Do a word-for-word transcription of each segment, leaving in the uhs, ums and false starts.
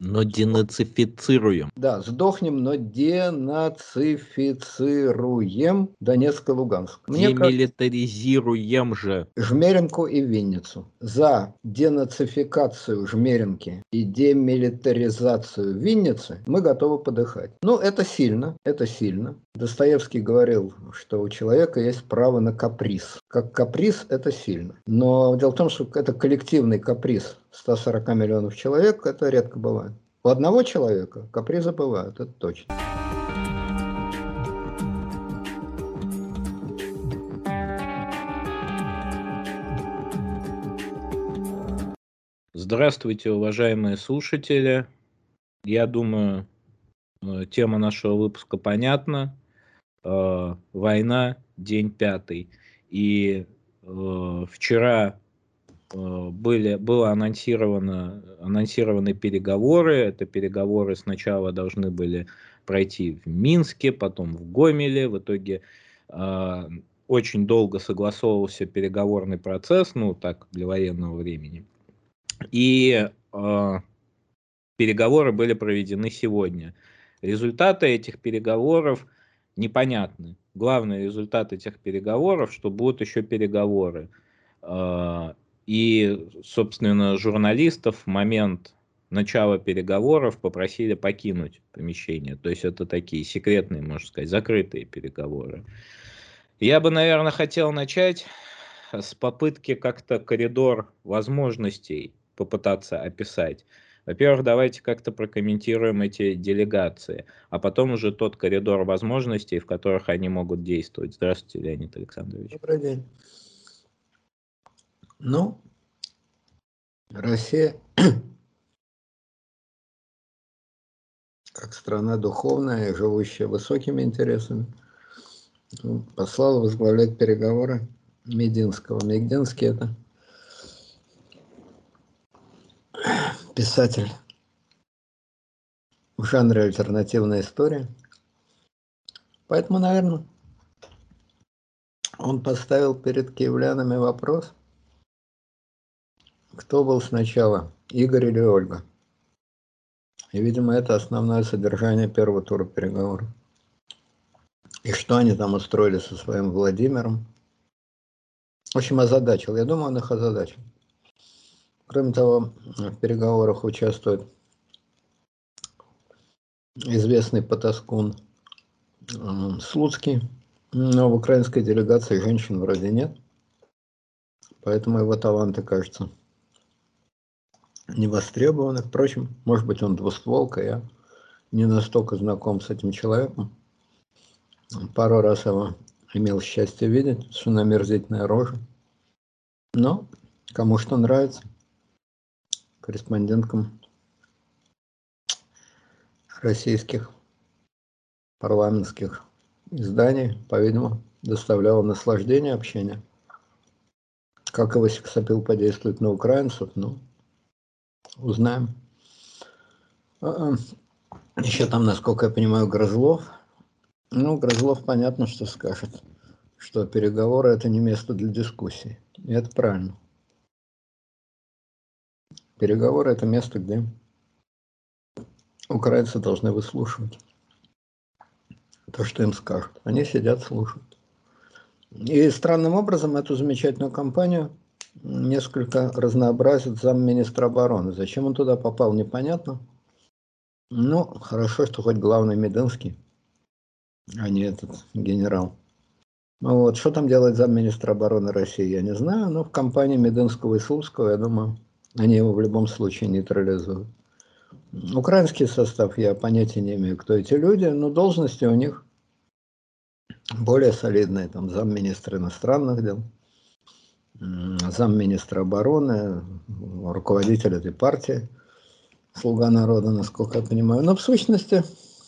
Но денацифицируем. Да, сдохнем, но денацифицируем Донецк и Луганск. Мне кажется, Демилитаризируем же. Жмеринку и Винницу. За денацификацию Жмеринки и демилитаризацию Винницы мы готовы подыхать. Ну, это сильно, это сильно. Достоевский говорил, что у человека есть право на каприз. Как каприз это сильно. Но дело в том, что это коллективный каприз ста сорока миллионов человек, это редко бывает. У одного человека капризы бывают, это точно. Здравствуйте, уважаемые слушатели. Я думаю, тема нашего выпуска понятна. Война, день пятый. И вчера были, было анонсировано, анонсированы переговоры. Это переговоры сначала должны были пройти в Минске, потом в Гомеле. В итоге э, очень долго согласовывался переговорный процесс, ну так, для военного времени. И э, переговоры были проведены сегодня. Результаты этих переговоров непонятны. Главный результат этих переговоров, что будут еще переговоры. Э, И, собственно, журналистов в момент начала переговоров попросили покинуть помещение. То есть это такие секретные, можно сказать, закрытые переговоры. Я бы, наверное, хотел начать с попытки как-то коридор возможностей попытаться описать. Во-первых, давайте как-то прокомментируем эти делегации, а потом уже тот коридор возможностей, в которых они могут действовать. Здравствуйте, Леонид Александрович. Добрый день. Ну, Россия, как страна духовная, живущая высокими интересами, послала возглавлять переговоры Мединского. Мединский – это писатель в жанре альтернативная история. Поэтому, наверное, он поставил перед киевлянами вопрос, кто был сначала, Игорь или Ольга. И, видимо, это основное содержание первого тура переговоров. И что они там устроили со своим Владимиром. В общем, озадачил. Я думаю, он их озадачил. Кроме того, в переговорах участвует известный потаскун Слуцкий, но в украинской делегации женщин вроде нет, поэтому его таланты, кажется, не востребованы. Впрочем, может быть, он двустволка, я не настолько знаком с этим человеком. Пару раз его имел счастье видеть, что омерзительная рожа. Но кому что нравится, корреспонденткам российских парламентских изданий, по-видимому, доставляло наслаждение общения. Как его сексапил подействует на украинцев, ну, узнаем. Еще там, насколько я понимаю, Грызлов. Ну, Грызлов понятно, что скажет, что переговоры – это не место для дискуссий. И это правильно. Переговоры – это место, где украинцы должны выслушивать то, что им скажут. Они сидят, слушают. И странным образом эту замечательную кампанию несколько разнообразит замминистра обороны. Зачем он туда попал, непонятно. Ну, хорошо, что хоть главный Мединский, а не этот генерал. Ну вот, что там делает замминистра обороны России, я не знаю, но в компании Мединского и Слуцкого, я думаю, они его в любом случае нейтрализуют. Украинский состав, я понятия не имею, кто эти люди, но должности у них более солидные, там замминистра иностранных дел, замминистра обороны, руководитель этой партии, «Слуга народа», насколько я понимаю. Но в сущности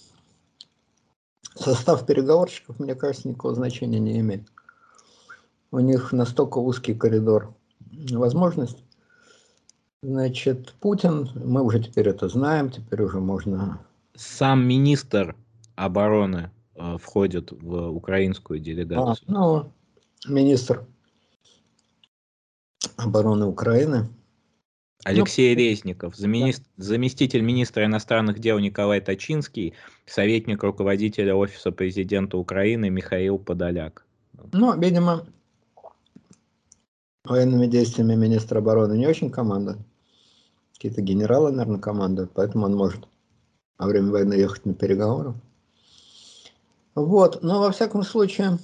состав переговорщиков, мне кажется, никакого значения не имеет. У них настолько узкий коридор возможностей. Значит, Путин, мы уже теперь это знаем, теперь уже можно... Сам министр обороны э, входит в украинскую делегацию. А, ну, министр обороны Украины Ну, Алексей Резников, да. замени- заместитель министра иностранных дел Николай Точинский, советник руководителя Офиса президента Украины Михаил Подоляк. Ну, видимо, военными действиями министра обороны не очень командует. Какие-то генералы, наверное, командуют, поэтому он может во время войны ехать на переговоры. Вот, но во всяком случае,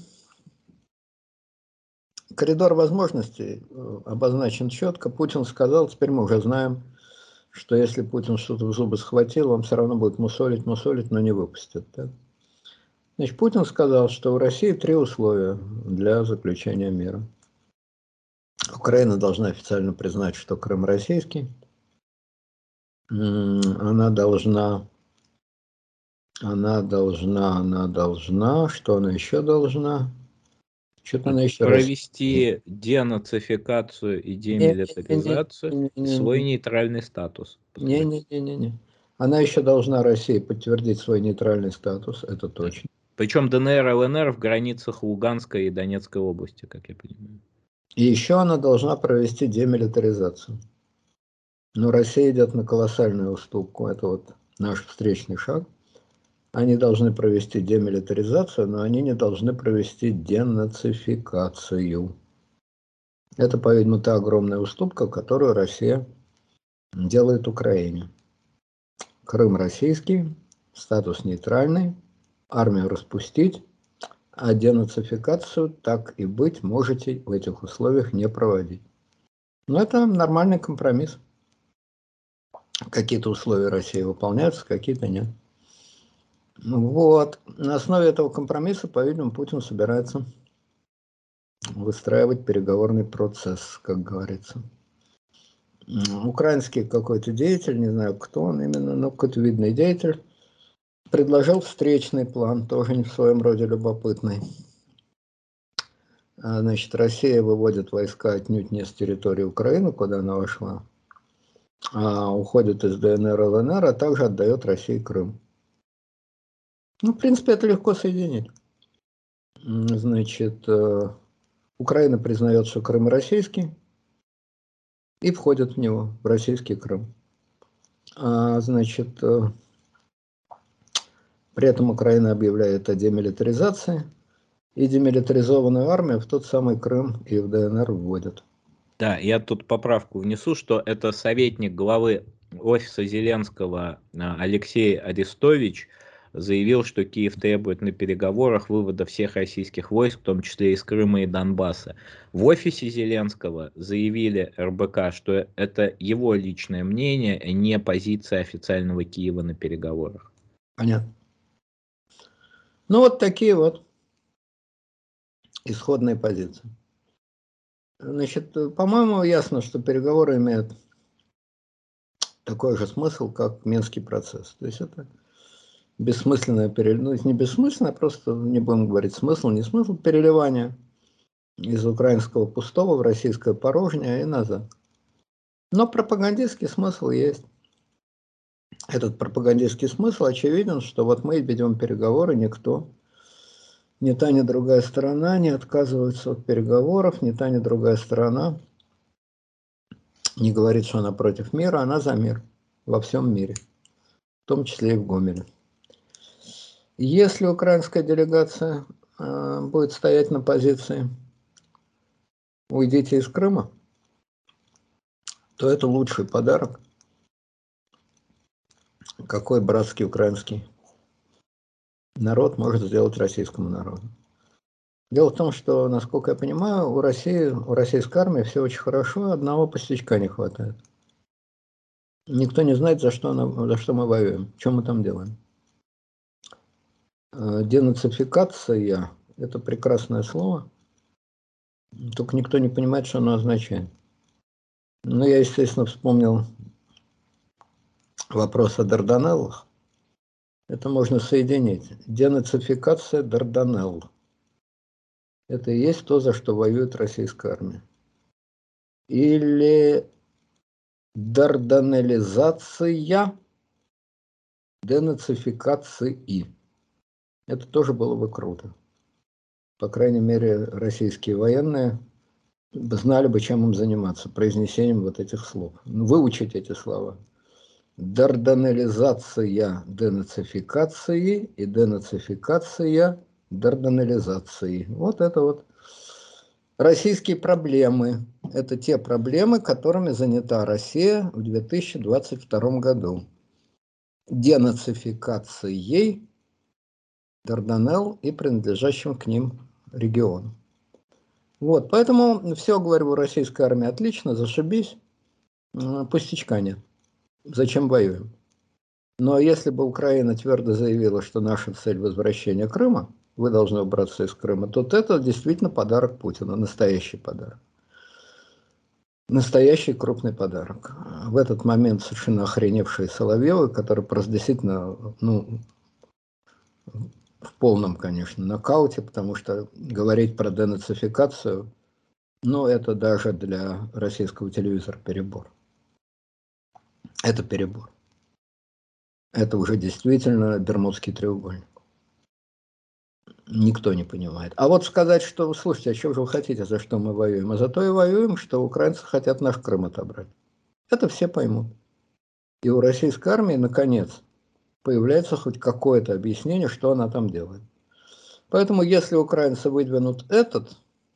коридор возможностей э, обозначен четко. Путин сказал, теперь мы уже знаем, что если Путин что-то в зубы схватил, он все равно будет мусолить, мусолить, но не выпустит. Да? Значит, Путин сказал, что в России три условия для заключения мира. Украина должна официально признать, что Крым российский. Она должна, она должна, она должна, что она еще должна? Что-то она еще раз... Провести денацификацию и демилитаризацию и свой нейтральный статус. Не-не-не-не-не. Она еще должна России подтвердить свой нейтральный статус, это точно. Причем ДНР, ЛНР в границах Луганской и Донецкой области, как я понимаю. И еще она должна провести демилитаризацию. Но Россия идет на колоссальную уступку. Это вот наш встречный шаг. Они должны провести демилитаризацию, но они не должны провести денацификацию. Это, по-видимому, та огромная уступка, которую Россия делает Украине. Крым российский, статус нейтральный, армию распустить, а денацификацию, так и быть, можете в этих условиях не проводить. Но это нормальный компромисс. Какие-то условия России выполняются, какие-то нет. Вот. На основе этого компромисса, по-видимому, Путин собирается выстраивать переговорный процесс, как говорится. Украинский какой-то деятель, не знаю, кто он именно, но какой-то видный деятель, предложил встречный план, тоже в своем роде любопытный. Значит, Россия выводит войска отнюдь не с территории Украины, куда она вошла, а уходит из ДНР, ЛНР, а также отдает России Крым. Ну, в принципе, это легко соединить. Значит, Украина признает, что Крым российский, и входит в него, в российский Крым. А, значит, при этом Украина объявляет о демилитаризации, и демилитаризованную армию в тот самый Крым и в ДНР вводят. Да, я тут поправку внесу, что это советник главы офиса Зеленского Алексей Арестович заявил, что Киев требует на переговорах вывода всех российских войск, в том числе из Крыма и Донбасса. В офисе Зеленского заявили эр бэ ка, что это его личное мнение, а не позиция официального Киева на переговорах. Понятно. Ну вот такие вот исходные позиции. Значит, по-моему, ясно, что переговоры имеют такой же смысл, как Минский процесс. То есть это бессмысленное переливание, ну, не бессмысленное, просто не будем говорить смысл, не смысл, переливание из украинского пустого в российское порожнее и назад. Но пропагандистский смысл есть. Этот пропагандистский смысл очевиден, что вот мы ведем переговоры, никто, ни та, ни другая сторона не отказывается от переговоров, ни та, ни другая сторона не говорит, что она против мира, она за мир во всем мире, в том числе и в Гомеле. Если украинская делегация э, будет стоять на позиции «уйдите из Крыма», то это лучший подарок, какой братский украинский народ может сделать российскому народу. Дело в том, что, насколько я понимаю, у России, у российской армии все очень хорошо, одного пустячка не хватает. Никто не знает, за что, она, за что мы воюем, что мы там делаем. Денацификация – это прекрасное слово, только никто не понимает, что оно означает. Ну, я, естественно, вспомнил вопрос о Дарданеллах. Это можно соединить. Денацификация Дарданелл. Это и есть то, за что воюет российская армия. Или дарданеллизация денацификации. Это тоже было бы круто. По крайней мере, российские военные знали бы, чем им заниматься, произнесением вот этих слов. Ну, выучить эти слова. Дарданелизация денацификации и денацификация дарданелизации. Вот это вот российские проблемы. Это те проблемы, которыми занята Россия в две тысячи двадцать втором году. Денацификацией Дарданелл и принадлежащим к ним регионам. Вот, поэтому все, говорю, российская армия отлично, зашибись, пустячка нет. Зачем воюем? Но если бы Украина твердо заявила, что наша цель возвращение Крыма, вы должны убраться из Крыма, то это действительно подарок Путину, настоящий подарок. Настоящий крупный подарок. В этот момент совершенно охреневшие Соловьевы, которые просто действительно, ну, в полном, конечно, нокауте, потому что говорить про денацификацию, ну, это даже для российского телевизора перебор. Это перебор. Это уже действительно Бермудский треугольник. Никто не понимает. А вот сказать, что, слушайте, а что же вы хотите, за что мы воюем? А за то и воюем, что украинцы хотят наш Крым отобрать. Это все поймут. И у российской армии, наконец, появляется хоть какое-то объяснение, что она там делает. Поэтому, если украинцы выдвинут этот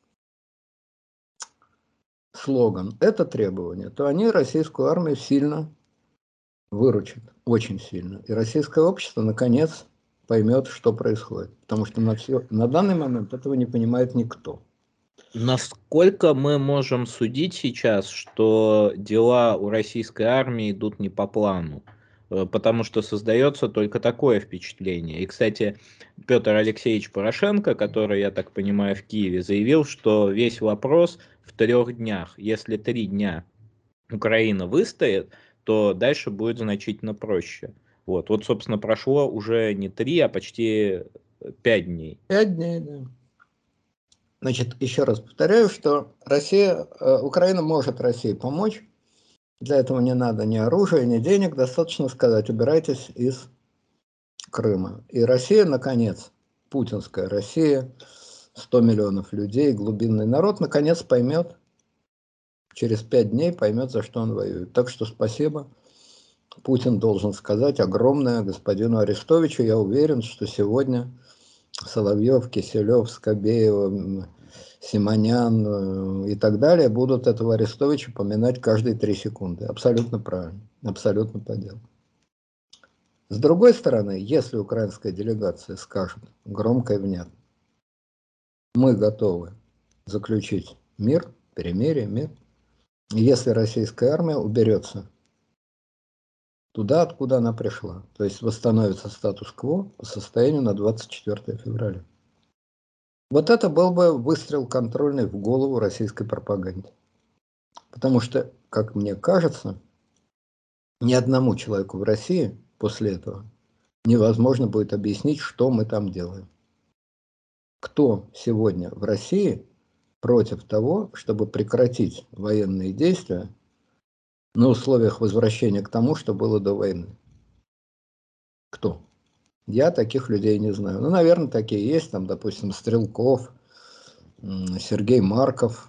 слоган, это требование, то они российскую армию сильно выручат, очень сильно. И российское общество, наконец, поймет, что происходит. Потому что на, все, на данный момент этого не понимает никто. Насколько мы можем судить сейчас, что дела у российской армии идут не по плану? Потому что создается только такое впечатление. И, кстати, Петр Алексеевич Порошенко, который, я так понимаю, в Киеве, заявил, что весь вопрос в трех днях. Если три дня Украина выстоит, то дальше будет значительно проще. Вот, вот, собственно, прошло уже не три, а почти пять дней. Пять дней, да. Значит, еще раз повторяю, что Россия, Украина может России помочь. Для этого не надо ни оружия, ни денег. Достаточно сказать, убирайтесь из Крыма. И Россия, наконец, путинская Россия, сто миллионов людей, глубинный народ, наконец поймет, через пять дней поймет, за что он воюет. Так что спасибо. Путин должен сказать огромное господину Арестовичу. Я уверен, что сегодня Соловьев, Киселев, Скобеева, Симонян и так далее будут этого Арестовича поминать каждые три секунды. Абсолютно правильно, абсолютно по делу. С другой стороны, если украинская делегация скажет громко и внятно, мы готовы заключить мир, перемирие, мир, если российская армия уберется туда, откуда она пришла, то есть восстановится статус-кво по состоянию на двадцать четвёртое февраля. Вот это был бы выстрел контрольный в голову российской пропаганде. Потому что, как мне кажется, ни одному человеку в России после этого невозможно будет объяснить, что мы там делаем. Кто сегодня в России против того, чтобы прекратить военные действия на условиях возвращения к тому, что было до войны? Кто? Я таких людей не знаю. Ну, наверное, такие есть. Там, допустим, Стрелков, Сергей Марков,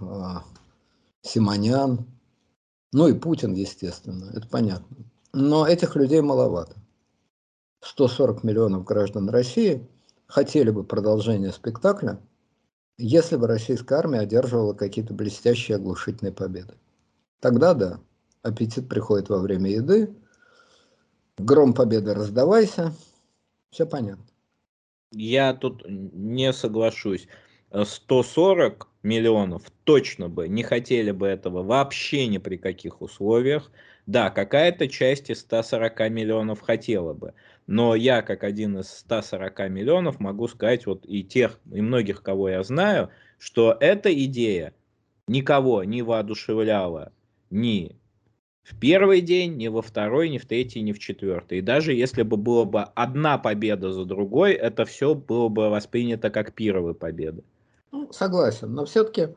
Симонян, ну и Путин, естественно, это понятно. Но этих людей маловато. сто сорок миллионов граждан России хотели бы продолжения спектакля, если бы российская армия одерживала какие-то блестящие оглушительные победы. Тогда да, аппетит приходит во время еды, гром победы раздавайся, все понятно. Я тут не соглашусь. сто сорок миллионов точно бы не хотели бы этого вообще ни при каких условиях. Да, какая-то часть из ста сорока миллионов хотела бы. Но я, как один из ста сорока миллионов, могу сказать, вот и тех, и многих, кого я знаю, что эта идея никого не воодушевляла ни в первый день, ни во второй, ни в третий, ни в четвертый. И даже если бы была бы одна победа за другой, это все было бы воспринято как пировые победы. Ну, согласен, но все-таки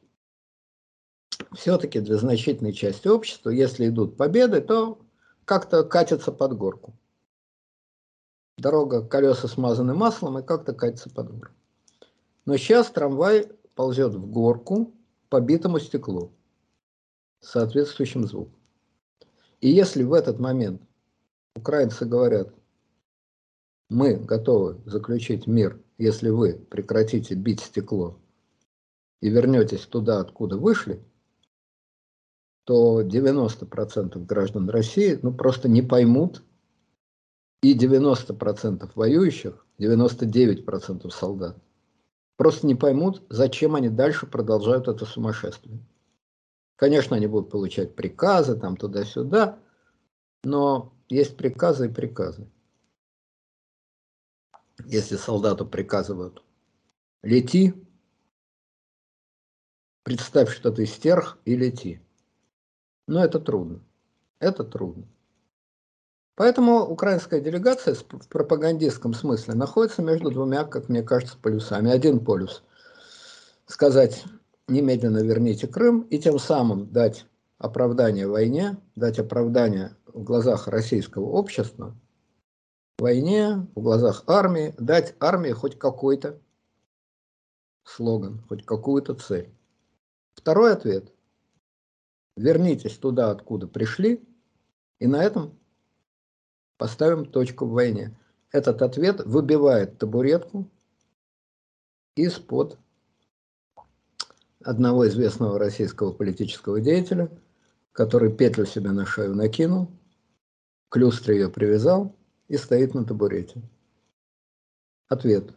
все-таки для значительной части общества, если идут победы, то как-то катятся под горку. Дорога, колеса смазаны маслом и как-то катится под горку. Но сейчас трамвай ползет в горку, по битому стеклу с соответствующим звуком. И если в этот момент украинцы говорят, мы готовы заключить мир, если вы прекратите бить стекло и вернетесь туда, откуда вышли, то девяносто процентов граждан России ну, просто не поймут, и девяносто процентов воюющих, девяносто девять процентов солдат, просто не поймут, зачем они дальше продолжают это сумасшествие. Конечно, они будут получать приказы там туда-сюда, но есть приказы и приказы. Если солдату приказывают лети, представь, что ты стерх, и лети. Но это трудно. Это трудно. Поэтому украинская делегация в пропагандистском смысле находится между двумя, как мне кажется, полюсами. Один полюс – сказать немедленно верните Крым и тем самым дать оправдание войне, дать оправдание в глазах российского общества войне, в глазах армии, дать армии хоть какой-то слоган, хоть какую-то цель. Второй ответ – вернитесь туда, откуда пришли, и на этом поставим точку в войне. Этот ответ выбивает табуретку из-под одного известного российского политического деятеля, который петлю себе на шею накинул, к люстре ее привязал и стоит на табурете. Ответ.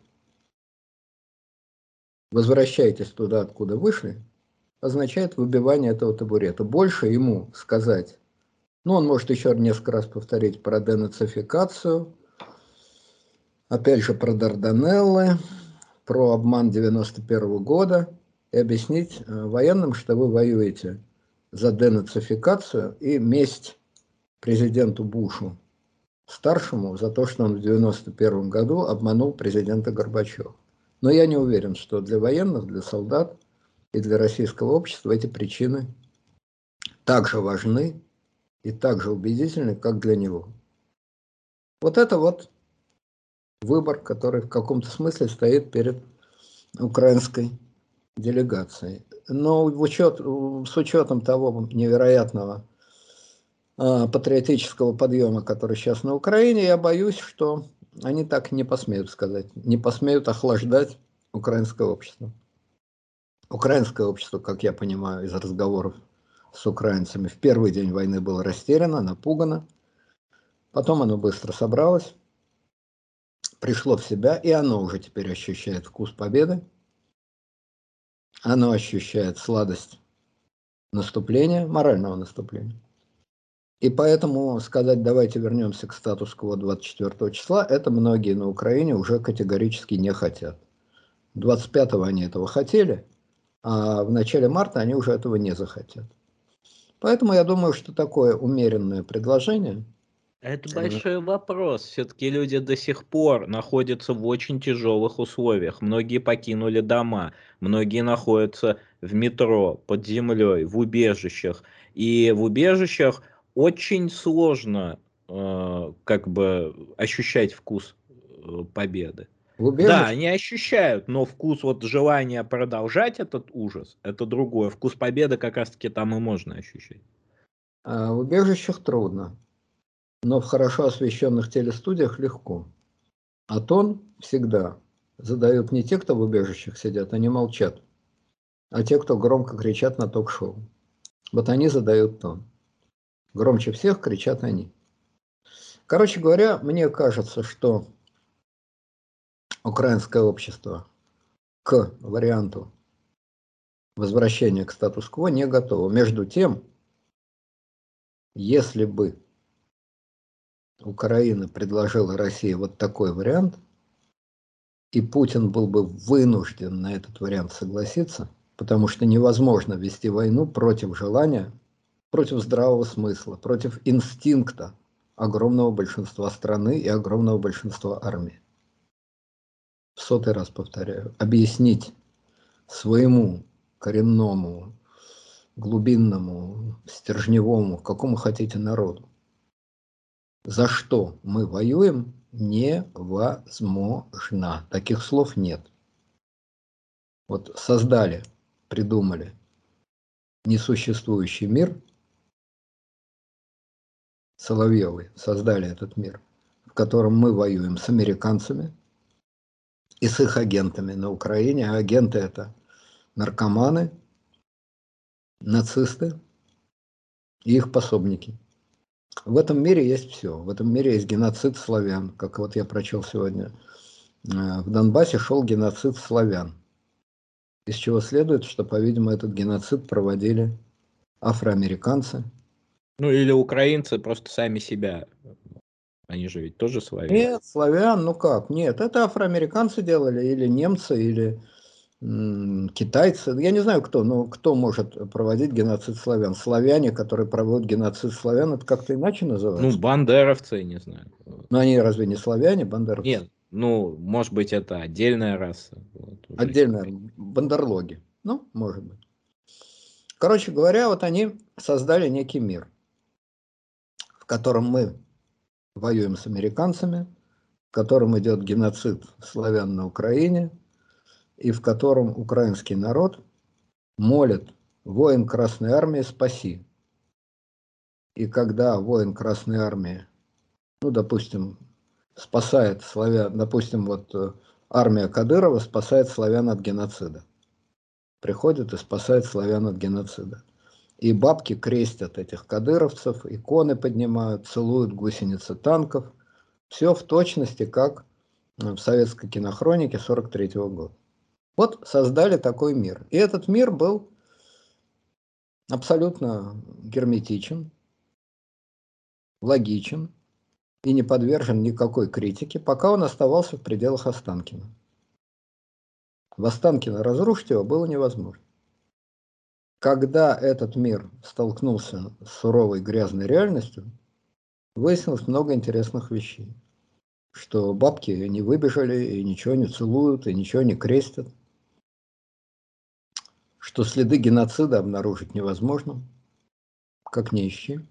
Возвращайтесь туда, откуда вышли, означает выбивание этого табурета. Больше ему сказать, ну, он может еще несколько раз повторить про денацификацию, опять же про Дарданеллы, про обман девяносто первого года и объяснить военным, что вы воюете за денацификацию и месть президенту Бушу старшему за то, что он в девяносто первом году обманул президента Горбачева. Но я не уверен, что для военных, для солдат и для российского общества эти причины так же важны и так же убедительны, как для него. Вот это вот выбор, который в каком-то смысле стоит перед украинской делегацией. Но в учет, с учетом того невероятного э, патриотического подъема, который сейчас на Украине, я боюсь, что они так не посмеют сказать, не посмеют охлаждать украинское общество. Украинское общество, как я понимаю из разговоров с украинцами, в первый день войны было растеряно, напугано. Потом оно быстро собралось, пришло в себя, и оно уже теперь ощущает вкус победы. Оно ощущает сладость наступления, морального наступления. И поэтому сказать, давайте вернемся к статус-кво двадцать четвёртого числа, это многие на Украине уже категорически не хотят. двадцать пятого они этого хотели, а в начале марта они уже этого не захотят. Поэтому я думаю, что такое умеренное предложение. Это большой вопрос. Все-таки люди до сих пор находятся в очень тяжелых условиях. Многие покинули дома, многие находятся в метро, под землей, в убежищах. И в убежищах очень сложно э, как бы ощущать вкус э, победы. Да, они ощущают, но вкус вот желания продолжать этот ужас, это другое. Вкус победы как раз-таки там и можно ощущать. А в убежищах трудно, но в хорошо освещенных телестудиях легко. А тон всегда задают не те, кто в убежищах сидят, они молчат, а те, кто громко кричат на ток-шоу. Вот они задают тон. Громче всех кричат они. Короче говоря, мне кажется, что украинское общество к варианту возвращения к статус-кво не готово. Между тем, если бы Украина предложила России вот такой вариант, и Путин был бы вынужден на этот вариант согласиться, потому что невозможно вести войну против желания, против здравого смысла, против инстинкта огромного большинства страны и огромного большинства армии. В сотый раз повторяю, объяснить своему коренному, глубинному, стержневому, какому хотите народу, за что мы воюем, невозможно. Таких слов нет. Вот создали, придумали несуществующий мир, Соловьевы создали этот мир, в котором мы воюем с американцами и с их агентами на Украине. А агенты это наркоманы, нацисты и их пособники. В этом мире есть все. В этом мире есть геноцид славян, как вот я прочел сегодня. В Донбассе шел геноцид славян, из чего следует, что, по-видимому, этот геноцид проводили афроамериканцы. Ну или украинцы просто сами себя, они же ведь тоже славяне. Нет, славян, ну как, нет, это афроамериканцы делали, или немцы, или м, китайцы, я не знаю кто, но кто может проводить геноцид славян. Славяне, которые проводят геноцид славян, это как-то иначе Ну, называется. бандеровцы, не знаю. Но они разве не славяне, бандеровцы? Нет, ну, может быть, это отдельная раса. Вот, уже Отдельно, теперь. бандерлоги, ну, может быть. Короче говоря, вот они создали некий мир, в котором мы воюем с американцами, в котором идет геноцид славян на Украине, и в котором украинский народ молит воин Красной Армии «спаси». И когда воин Красной Армии, ну, допустим, спасает славян, допустим, вот э, армия Кадырова спасает славян от геноцида, приходит и спасает славян от геноцида. И бабки крестят этих кадыровцев, иконы поднимают, целуют гусеницы танков. Все в точности, как в советской кинохронике сорок третьего года. Вот создали такой мир. И этот мир был абсолютно герметичен, логичен и не подвержен никакой критике, пока он оставался в пределах Останкина. В Останкино разрушить его было невозможно. Когда этот мир столкнулся с суровой грязной реальностью, выяснилось много интересных вещей. Что бабки не выбежали, и ничего не целуют, и ничего не крестят. Что следы геноцида обнаружить невозможно, как не ищи.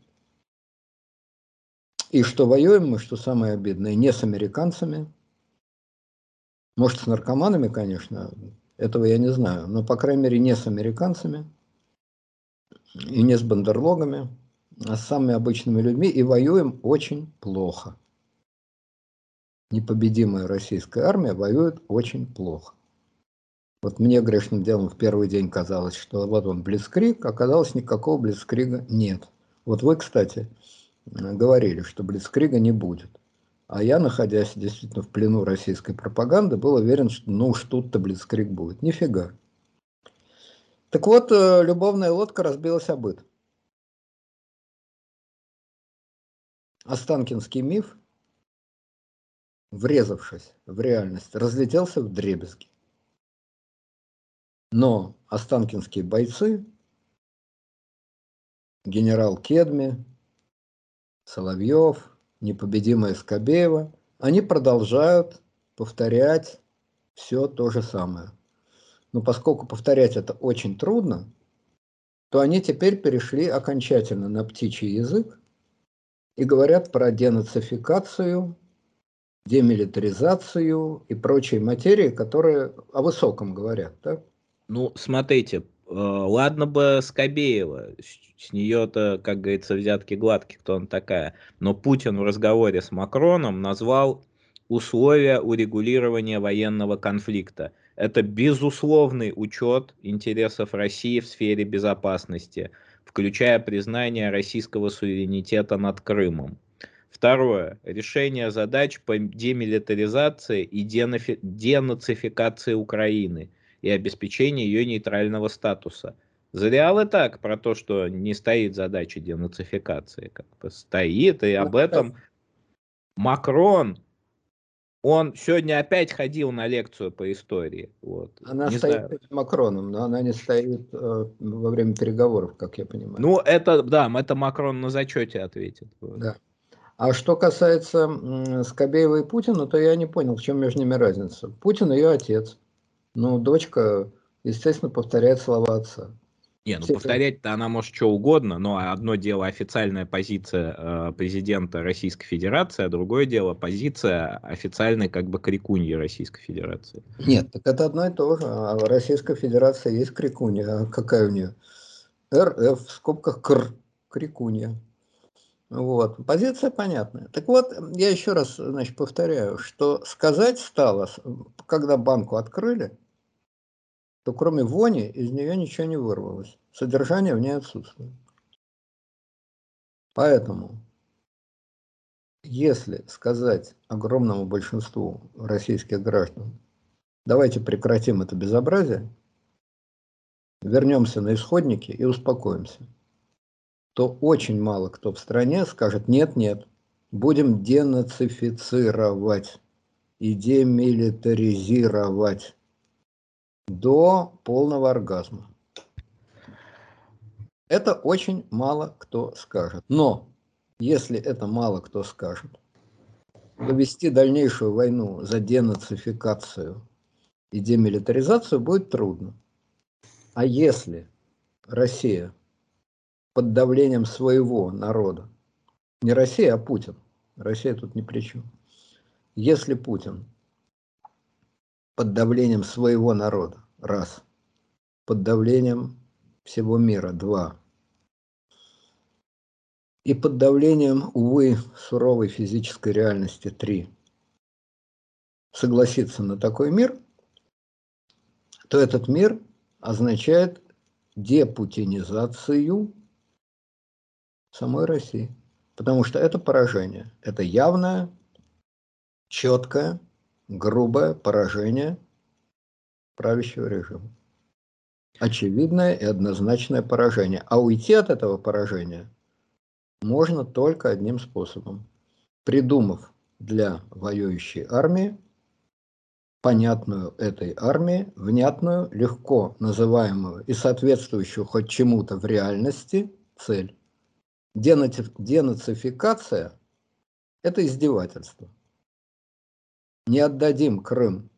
И что воюем мы, что самое обидное, не с американцами, может, с наркоманами, конечно, этого я не знаю, но, по крайней мере, не с американцами и не с бандерлогами, а с самыми обычными людьми, и воюем очень плохо. Непобедимая российская армия воюет очень плохо. Вот мне грешным делом в первый день казалось, что вот он блицкриг, оказалось, никакого блицкрига нет. Вот вы, кстати, говорили, что блицкрига не будет. А я, находясь действительно в плену российской пропаганды, был уверен, что ну уж тут-то блицкриг будет. Нифига. Так вот, любовная лодка разбилась об быт. Останкинский миф, врезавшись в реальность, разлетелся вдребезги. Но останкинские бойцы, генерал Кедми, Соловьев, непобедимая Скобеева, они продолжают повторять все то же самое. Но поскольку повторять это очень трудно, то они теперь перешли окончательно на птичий язык и говорят про денацификацию, демилитаризацию и прочие материи, которые о высоком говорят. Да? Ну, смотрите, ладно бы Скобеева, с нее-то, как говорится, взятки гладкие, кто она такая. Но Путин в разговоре с Макроном назвал условия урегулирования военного конфликта. Это безусловный учет интересов России в сфере безопасности, включая признание российского суверенитета над Крымом. Второе. Решение задач по демилитаризации и денацификации Украины и обеспечение ее нейтрального статуса. Зря вы так про то, что не стоит задача денацификации. Как бы стоит, и об этом Макрон, он сегодня опять ходил на лекцию по истории. Вот. Она Не стоит знаю. перед Макроном, но она не стоит э, во время переговоров, как я понимаю. Ну, это, да, это Макрон на зачете ответит. Вот. Да. А что касается м, Скобеева и Путина, то я не понял, в чем между ними разница. Путин ее отец. Ну, дочка, естественно, повторяет слова отца. Не, ну Все- повторять-то она может что угодно, но одно дело официальная позиция э, президента Российской Федерации, а другое дело позиция официальной как бы крикуньи Российской Федерации. Нет, так это одно и то же. А Российская Федерация есть крикунья. А какая у нее? РФ, в скобках КР, крикунья. Вот. Позиция понятная. Так вот, я еще раз, значит, повторяю, что сказать стало, когда банку открыли, то кроме вони из нее ничего не вырвалось. Содержание в ней отсутствует. Поэтому, если сказать огромному большинству российских граждан, давайте прекратим это безобразие, вернемся на исходники и успокоимся, то очень мало кто в стране скажет: нет, нет, будем денацифицировать и демилитаризировать до полного оргазма. Это очень мало кто скажет. Но если это мало кто скажет, то вести дальнейшую войну за денацификацию и демилитаризацию будет трудно. А если Россия под давлением своего народа, не Россия, а Путин, Россия тут ни при чем, если Путин под давлением своего народа, раз, под давлением всего мира, два, и под давлением, увы, суровой физической реальности, три, согласиться на такой мир, то этот мир означает депутинизацию самой России. Потому что это поражение, это явное, четкое, грубое поражение правящего режима. Очевидное и однозначное поражение. А уйти от этого поражения можно только одним способом. Придумав для воюющей армии понятную этой армии, внятную, легко называемую и соответствующую хоть чему-то в реальности цель. Денацификация – это издевательство. Не отдадим Крым.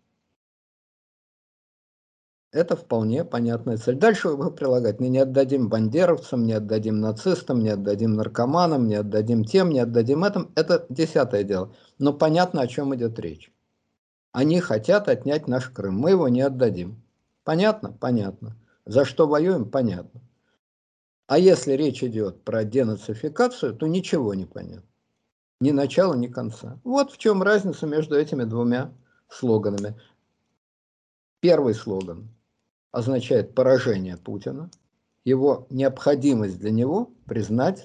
Это вполне понятная цель. Дальше вы прилагать: мы не отдадим бандеровцам, не отдадим нацистам, не отдадим наркоманам, не отдадим тем, не отдадим этим. Это десятое дело. Но понятно, о чем идет речь. Они хотят отнять наш Крым. Мы его не отдадим. Понятно? Понятно. За что воюем? Понятно. А если речь идет про денацификацию, то ничего не понятно. Ни начала, ни конца. Вот в чем разница между этими двумя слоганами. Первый слоган означает поражение Путина, его необходимость для него признать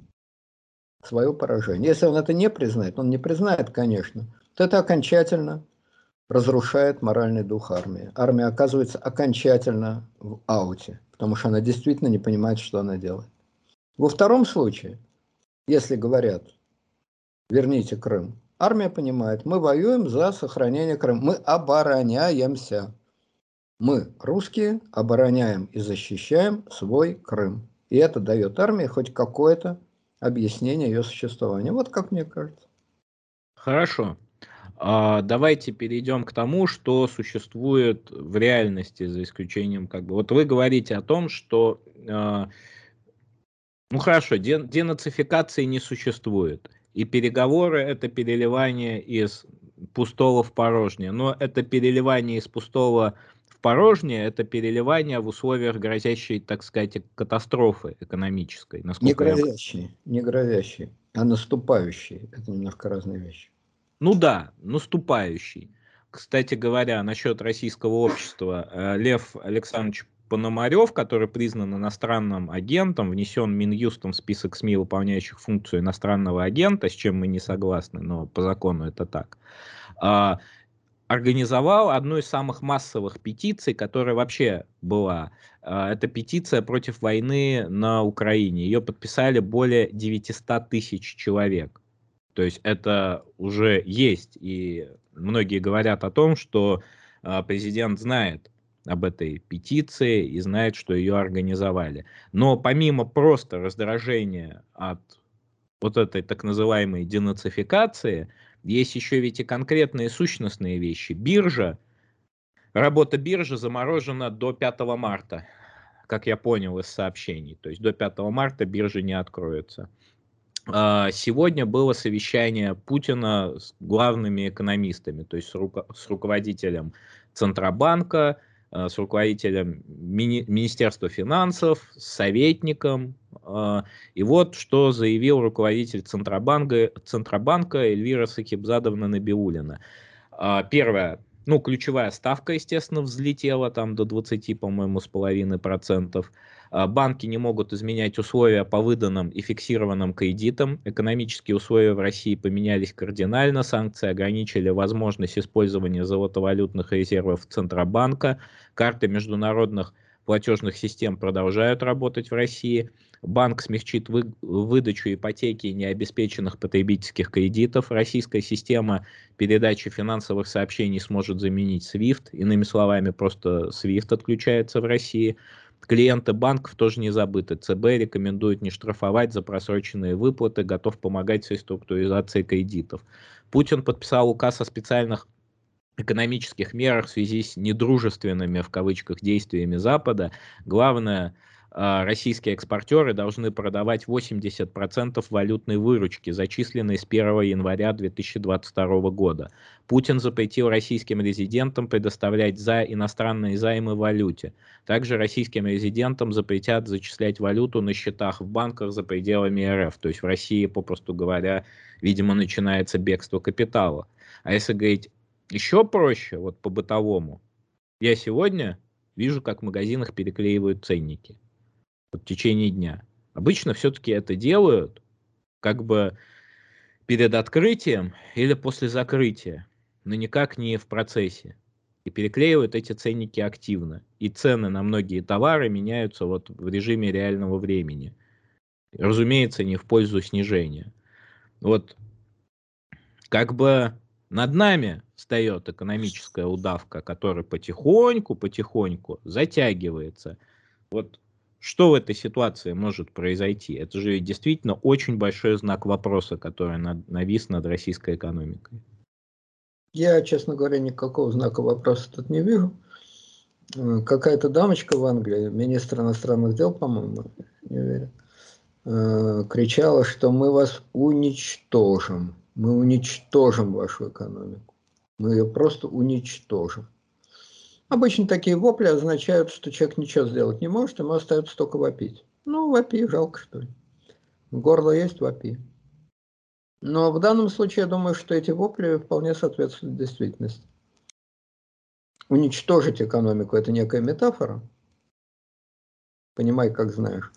свое поражение. Если он это не признает, он не признает, конечно, то это окончательно разрушает моральный дух армии. Армия оказывается окончательно в ауте, потому что она действительно не понимает, что она делает. Во втором случае, если говорят: верните Крым, армия понимает: мы воюем за сохранение Крыма, мы обороняемся. Мы, русские, обороняем и защищаем свой Крым. И это дает армии хоть какое-то объяснение ее существования. Вот как мне кажется. Хорошо. А, давайте перейдем к тому, что существует в реальности, за исключением, как бы, вот вы говорите о том, что, э, ну хорошо, ден, денацификации не существует, и переговоры — это переливание из пустого в порожнее, но это переливание из пустого в порожнее, это переливание в условиях грозящей, так сказать, катастрофы экономической, Не насколько я... грозящие, не грозящие, а наступающие. Это немножко разные вещи. Ну да, наступающий. Кстати говоря, насчет российского общества, э, Лев Александрович Пономарев, который признан иностранным агентом, внесен Минюстом в список СМИ, выполняющих функцию иностранного агента, с чем мы не согласны, но по закону это так, а, организовал одну из самых массовых петиций, которая вообще была. А, Это петиция против войны на Украине. Ее подписали более девятисот тысяч человек. То есть это уже есть, и многие говорят о том, что а, президент знает об этой петиции и знает, что ее организовали. Но помимо просто раздражения от вот этой так называемой денацификации, есть еще ведь и конкретные сущностные вещи. Биржа, работа биржи заморожена до пятого марта, как я понял из сообщений. То есть до пятого марта биржа не откроется. Сегодня было совещание Путина с главными экономистами, то есть с, руко с руководителем Центробанка, э, с руководителем мини Министерства финансов, с советником. Э, и вот что заявил руководитель Центробанка, Центробанка Эльвира Сакибзадовна Набиуллина. Э, первое. Ну, ключевая ставка, естественно, взлетела там до двадцати, по-моему, с половиной процентов. Банки не могут изменять условия по выданным и фиксированным кредитам. Экономические условия в России поменялись кардинально. Санкции ограничили возможность использования золотовалютных резервов Центробанка. Карты международных платежных систем продолжают работать в России. Банк смягчит вы, выдачу ипотеки необеспеченных потребительских кредитов. Российская система передачи финансовых сообщений сможет заменить свифт. Иными словами, просто свифт отключается в России. Клиенты банков тоже не забыты. ЦБ рекомендует не штрафовать за просроченные выплаты, готов помогать с реструктуризацией кредитов. Путин подписал указ о специальных экономических мерах в связи с недружественными, в кавычках, действиями Запада. Главное, российские экспортеры должны продавать восемьдесят процентов валютной выручки, зачисленной с первого января две тысячи двадцать второго года. Путин запретил российским резидентам предоставлять за иностранные займы в валюте. Также российским резидентам запретят зачислять валюту на счетах в банках за пределами РФ. То есть в России, попросту говоря, видимо, начинается бегство капитала. А если говорить еще проще, вот по-бытовому, я сегодня вижу, как в магазинах переклеивают ценники в течение дня. Обычно все-таки это делают как бы перед открытием или после закрытия, но никак не в процессе. И переклеивают эти ценники активно. И цены на многие товары меняются вот в режиме реального времени. Разумеется, не в пользу снижения. Вот как бы над нами встает экономическая удавка, которая потихоньку, потихоньку затягивается. Вот что в этой ситуации может произойти? Это же действительно очень большой знак вопроса, который над, навис над российской экономикой. Я, честно говоря, никакого знака вопроса тут не вижу. Какая-то дамочка в Англии, министр иностранных дел, по-моему, не верю, кричала, что мы вас уничтожим. Мы уничтожим вашу экономику. Мы ее просто уничтожим. Обычно такие вопли означают, что человек ничего сделать не может, ему остается только вопить. Ну, вопи, жалко что ли. Горло есть, вопи. Но в данном случае я думаю, что эти вопли вполне соответствуют действительности. Уничтожить экономику – это некая метафора. Понимай, как знаешь.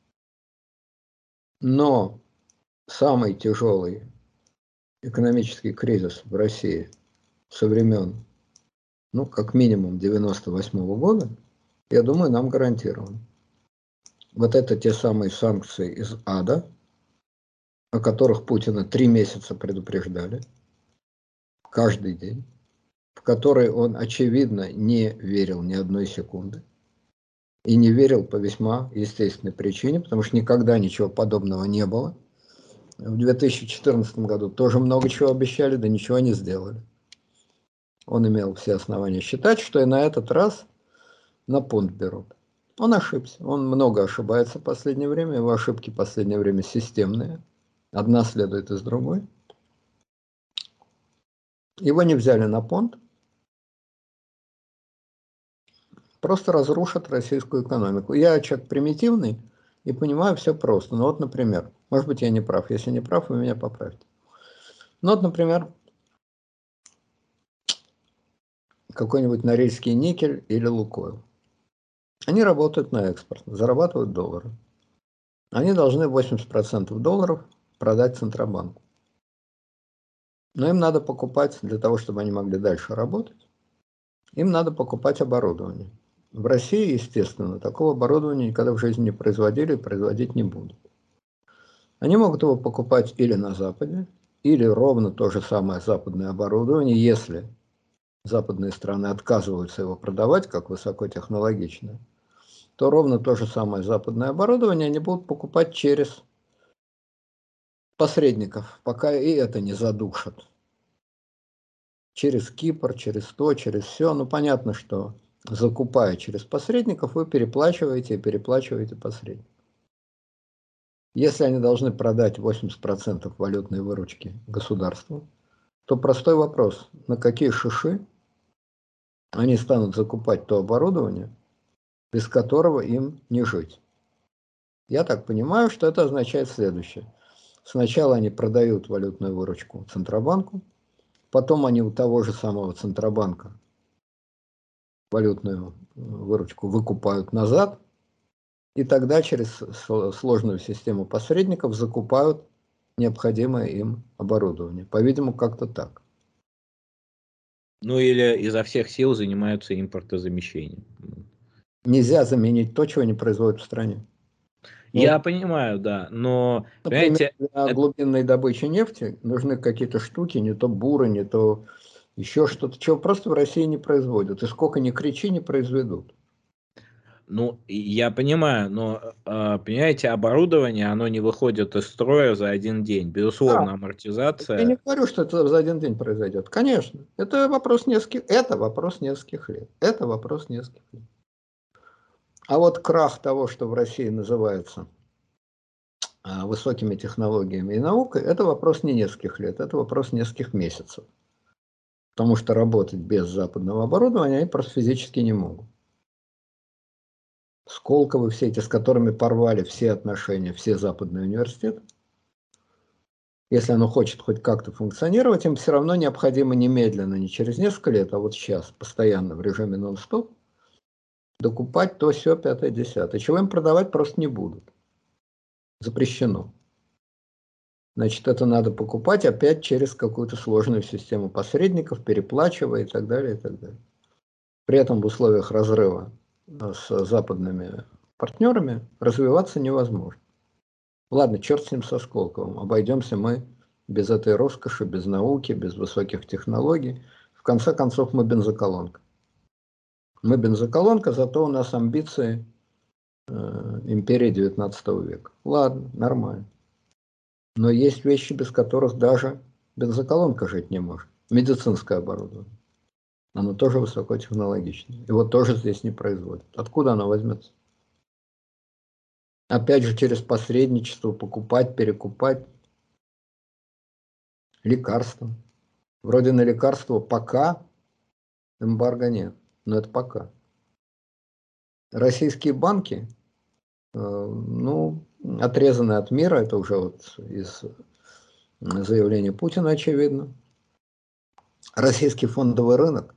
Но самый тяжелый экономический кризис в России со времен, ну, как минимум девяносто восьмого года, я думаю, нам гарантирован. Вот это те самые санкции из ада, о которых Путина три месяца предупреждали, каждый день, в которые он, очевидно, не верил ни одной секунды. И не верил по весьма естественной причине, потому что никогда ничего подобного не было. В две тысячи четырнадцатом году тоже много чего обещали, да ничего не сделали. Он имел все основания считать, что и на этот раз на понт берут. Он ошибся. Он много ошибается в последнее время. Его ошибки в последнее время системные. Одна следует из другой. Его не взяли на понт. Просто разрушат российскую экономику. Я человек примитивный и понимаю все просто. Ну вот, например, может быть, я не прав. Если не прав, вы меня поправьте. Ну вот, например, какой-нибудь Норильский никель или Лукойл. Они работают на экспорт, зарабатывают доллары. Они должны восемьдесят процентов долларов продать Центробанку. Но им надо покупать, для того, чтобы они могли дальше работать, им надо покупать оборудование. В России, естественно, такого оборудования никогда в жизни не производили и производить не будут. Они могут его покупать или на Западе, или ровно то же самое западное оборудование, если западные страны отказываются его продавать как высокотехнологичное, то ровно то же самое западное оборудование они будут покупать через посредников, пока и это не задушат. Через Кипр, через то, через все. Ну, понятно, что закупая через посредников, вы переплачиваете и переплачиваете посредников. Если они должны продать восемьдесят процентов валютной выручки государству, то простой вопрос, на какие шиши они станут закупать то оборудование, без которого им не жить. Я так понимаю, что это означает следующее. Сначала они продают валютную выручку Центробанку, потом они у того же самого Центробанка валютную выручку выкупают назад, и тогда через сложную систему посредников закупают необходимое им оборудование. По-видимому, как-то так. Ну или изо всех сил занимаются импортозамещением. Нельзя заменить то, чего не производят в стране. Я Вот, понимаю, да, но, например, понимаете, для это, глубинной добычи нефти нужны какие-то штуки, не то буры, не то еще что-то, чего просто в России не производят. И сколько ни кричи, не произведут. ну, и я понимаю, но, э, понимаете, оборудование, оно не выходит из строя за один день. Да, Безусловно, я не амортизация. говорю, что это за один день произойдет. Конечно, это вопрос нескольких, это вопрос нескольких лет. Это вопрос нескольких лет. А вот крах того, что в России называется а, высокими технологиями и наукой, это вопрос не нескольких лет, это вопрос нескольких месяцев. Потому что работать без западного оборудования они просто физически не могут. Сколково все эти, с которыми порвали все отношения, все западные университеты, если оно хочет хоть как-то функционировать, им все равно необходимо немедленно, не через несколько лет, а вот сейчас, постоянно в режиме нон-стоп, докупать то, сё, пятое, десятое. Чего им продавать просто не будут. Запрещено. Значит, это надо покупать опять через какую-то сложную систему посредников, переплачивая и так далее, и так далее. При этом в условиях разрыва с западными партнерами развиваться невозможно. Ладно, черт с ним со Сколковым. Обойдемся мы без этой роскоши, без науки, без высоких технологий. В конце концов, мы бензоколонка. Мы бензоколонка, зато у нас амбиции э, империи девятнадцатого века. Ладно, нормально. Но есть вещи, без которых даже бензоколонка жить не может. Медицинское оборудование. Оно тоже высокотехнологичное. Его тоже здесь не производят. Откуда оно возьмется? Опять же, через посредничество покупать, перекупать лекарства. Вроде на лекарства пока эмбарго нет, но это пока. Российские банки, э, ну, отрезаны от мира, это уже вот из заявления Путина очевидно. Российский фондовый рынок,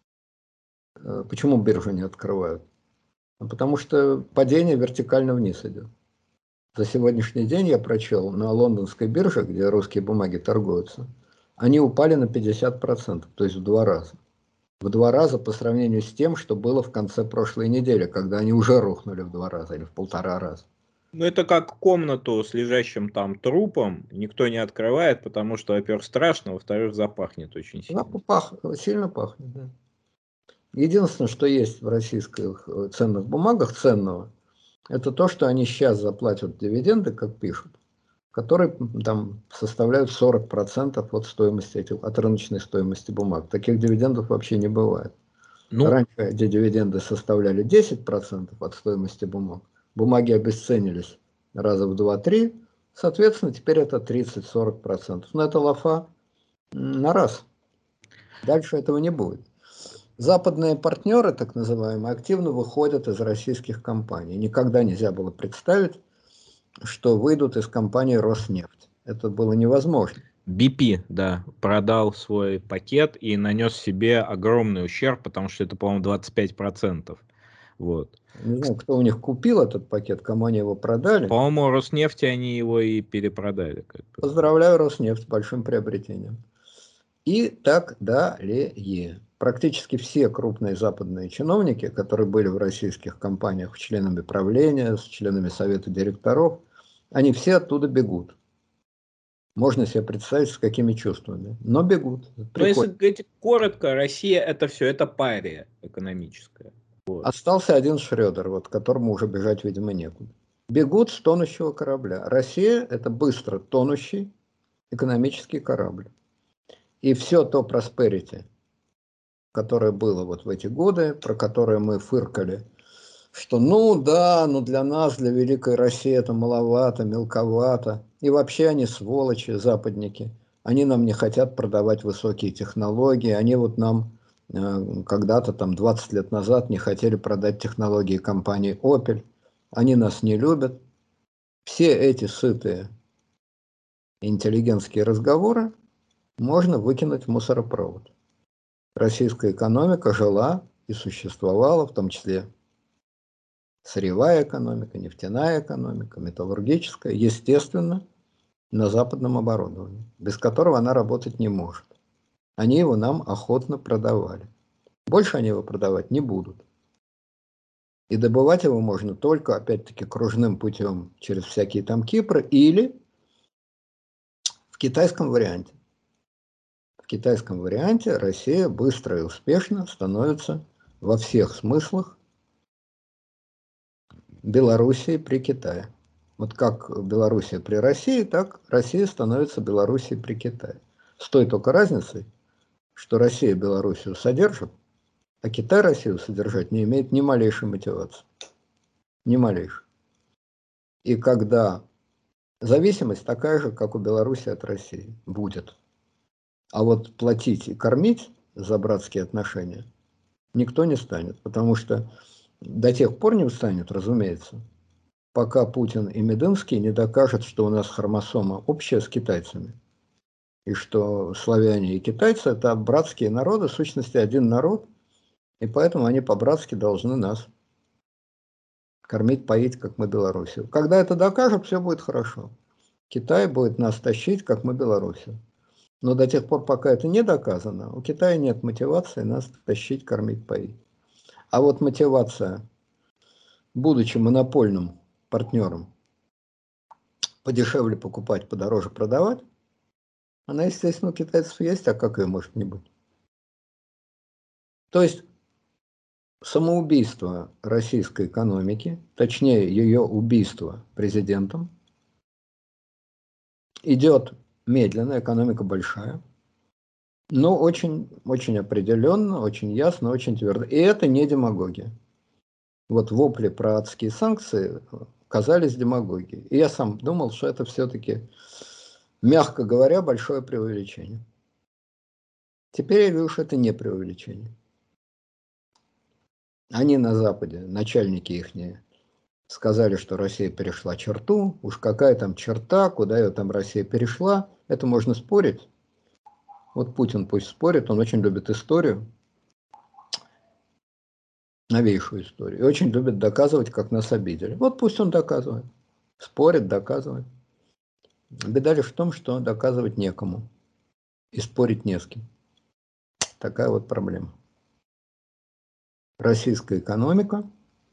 э, почему биржу не открывают? Потому что падение вертикально вниз идет. За сегодняшний день я прочел на лондонской бирже, где русские бумаги торгуются, они упали на пятьдесят процентов, то есть в два раза. В два раза по сравнению с тем, что было в конце прошлой недели, когда они уже рухнули в два раза или в полтора раза. Ну, это как комнату с лежащим там трупом никто не открывает, потому что, во-первых, страшно, во-вторых, запахнет очень Она сильно. пах, сильно пахнет, да. Единственное, что есть в российских ценных бумагах ценного, это то, что они сейчас заплатят дивиденды, как пишут, которые там составляют сорок процентов от стоимости этих, от рыночной стоимости бумаг. Таких дивидендов вообще не бывает. Ну, Раньше эти дивиденды составляли десять процентов от стоимости бумаг. Бумаги обесценились раза в два-три, соответственно, теперь это тридцать-сорок процентов. Но это лафа на раз. Дальше этого не будет. Западные партнеры, так называемые, активно выходят из российских компаний. Никогда нельзя было представить, что выйдут из компании Роснефть. Это было невозможно. би пи, да, продал свой пакет и нанес себе огромный ущерб, потому что это, по-моему, двадцать пять процентов. Вот. Не знаю, кто у них купил этот пакет, кому они его продали. По-моему, Роснефти они его и перепродали. Как бы. Поздравляю Роснефть с большим приобретением. И так далее. Практически все крупные западные чиновники, которые были в российских компаниях членами правления, с членами совета директоров, они все оттуда бегут. Можно себе представить, с какими чувствами. Но бегут. Но если Приходят. говорить коротко, Россия это все, это пария экономическая. Вот. Остался один Шредер, вот, которому уже бежать, видимо, некуда. Бегут с тонущего корабля. Россия – это быстро тонущий экономический корабль. И все то просперити, которое было вот в эти годы, про которое мы фыркали, что ну да, ну для нас, для Великой России это маловато, мелковато. И вообще они сволочи, западники. Они нам не хотят продавать высокие технологии, они вот нам когда-то там двадцать лет назад не хотели продать технологии компании Opel. Они нас не любят. Все эти сытые интеллигентские разговоры можно выкинуть в мусоропровод. Российская экономика жила и существовала, в том числе сырьевая экономика, нефтяная экономика, металлургическая, естественно, на западном оборудовании, без которого она работать не может. Они его нам охотно продавали. Больше они его продавать не будут. И добывать его можно только, опять-таки, кружным путем через всякие там Кипры или в китайском варианте. В китайском варианте Россия быстро и успешно становится во всех смыслах Белоруссией при Китае. Вот как Белоруссия при России, так Россия становится Белоруссией при Китае. С той только разницей, что Россия Белоруссию содержит, а Китай Россию содержать не имеет ни малейшей мотивации. Ни малейшей. И когда зависимость такая же, как у Беларуси от России, будет. А вот платить и кормить за братские отношения никто не станет, потому что до тех пор не станет, разумеется, пока Путин и Мединский не докажут, что у нас хромосома общая с китайцами, и что славяне и китайцы – это братские народы, в сущности один народ, и поэтому они по-братски должны нас кормить, поить, как мы Белоруссию. Когда это докажут, все будет хорошо. Китай будет нас тащить, как мы Белоруссию. Но до тех пор, пока это не доказано, у Китая нет мотивации нас тащить, кормить, поить. А вот мотивация, будучи монопольным партнером, подешевле покупать, подороже продавать, она, естественно, у китайцев есть, а как ее может не быть? То есть самоубийство российской экономики, точнее ее убийство президентом, идет медленно, экономика большая, но очень, очень определенно, очень ясно, очень твердо. И это не демагогия. Вот вопли про адские санкции казались демагогией. И я сам думал, что это все-таки, мягко говоря, большое преувеличение. Теперь я вижу, что это не преувеличение. Они на Западе, начальники ихние, сказали, что Россия перешла черту. Уж какая там черта, куда ее там Россия перешла, это можно спорить. Вот Путин пусть спорит, он очень любит историю, новейшую историю, и очень любит доказывать, как нас обидели. Вот пусть он доказывает, спорит, доказывает. Беда лишь в том, что доказывать некому и спорить не с кем. Такая вот проблема. Российская экономика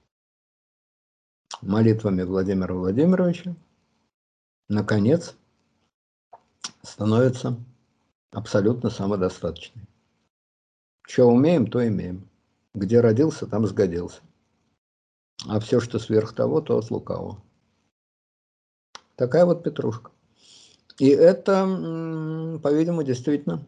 молитвами Владимира Владимировича наконец становится абсолютно самодостаточной. Что умеем, то имеем. Где родился, там сгодился. А все, что сверх того, то от лукавого. Такая вот петрушка. И это, по-видимому, действительно,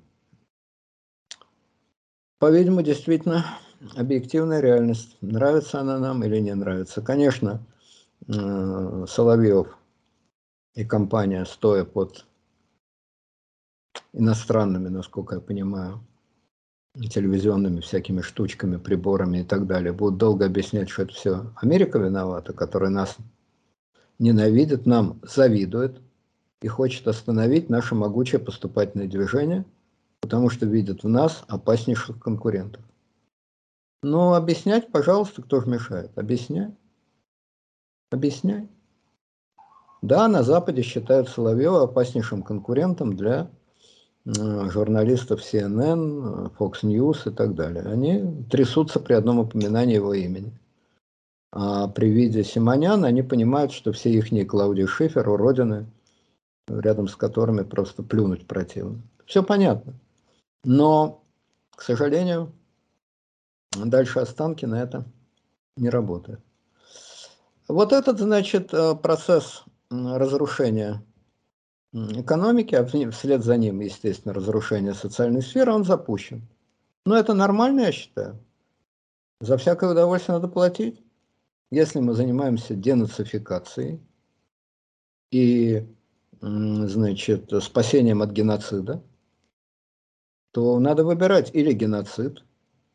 по-видимому, действительно объективная реальность. Нравится она нам или не нравится. Конечно, Соловьев и компания, стоя под иностранными, насколько я понимаю, телевизионными всякими штучками, приборами и так далее, будут долго объяснять, что это все Америка виновата, которая нас ненавидит, нам завидует и хочет остановить наше могучее поступательное движение, потому что видит в нас опаснейших конкурентов. Но объяснять, пожалуйста, кто же мешает? Объясняй. Объясняй. Да, на Западе считают Соловьева опаснейшим конкурентом для журналистов си эн эн, Fox News и так далее. Они трясутся при одном упоминании его имени. А при виде Симоняна они понимают, что все ихние Клаудий Шифер, уродины, рядом с которыми просто плюнуть противно. Все понятно. Но, к сожалению, дальше Останкино это не работает. Вот этот, значит, процесс разрушения экономики, а вслед за ним, естественно, разрушение социальной сферы, он запущен. Но это нормально, я считаю. За всякое удовольствие надо платить. Если мы занимаемся денацификацией и, значит, спасением от геноцида, то надо выбирать или геноцид,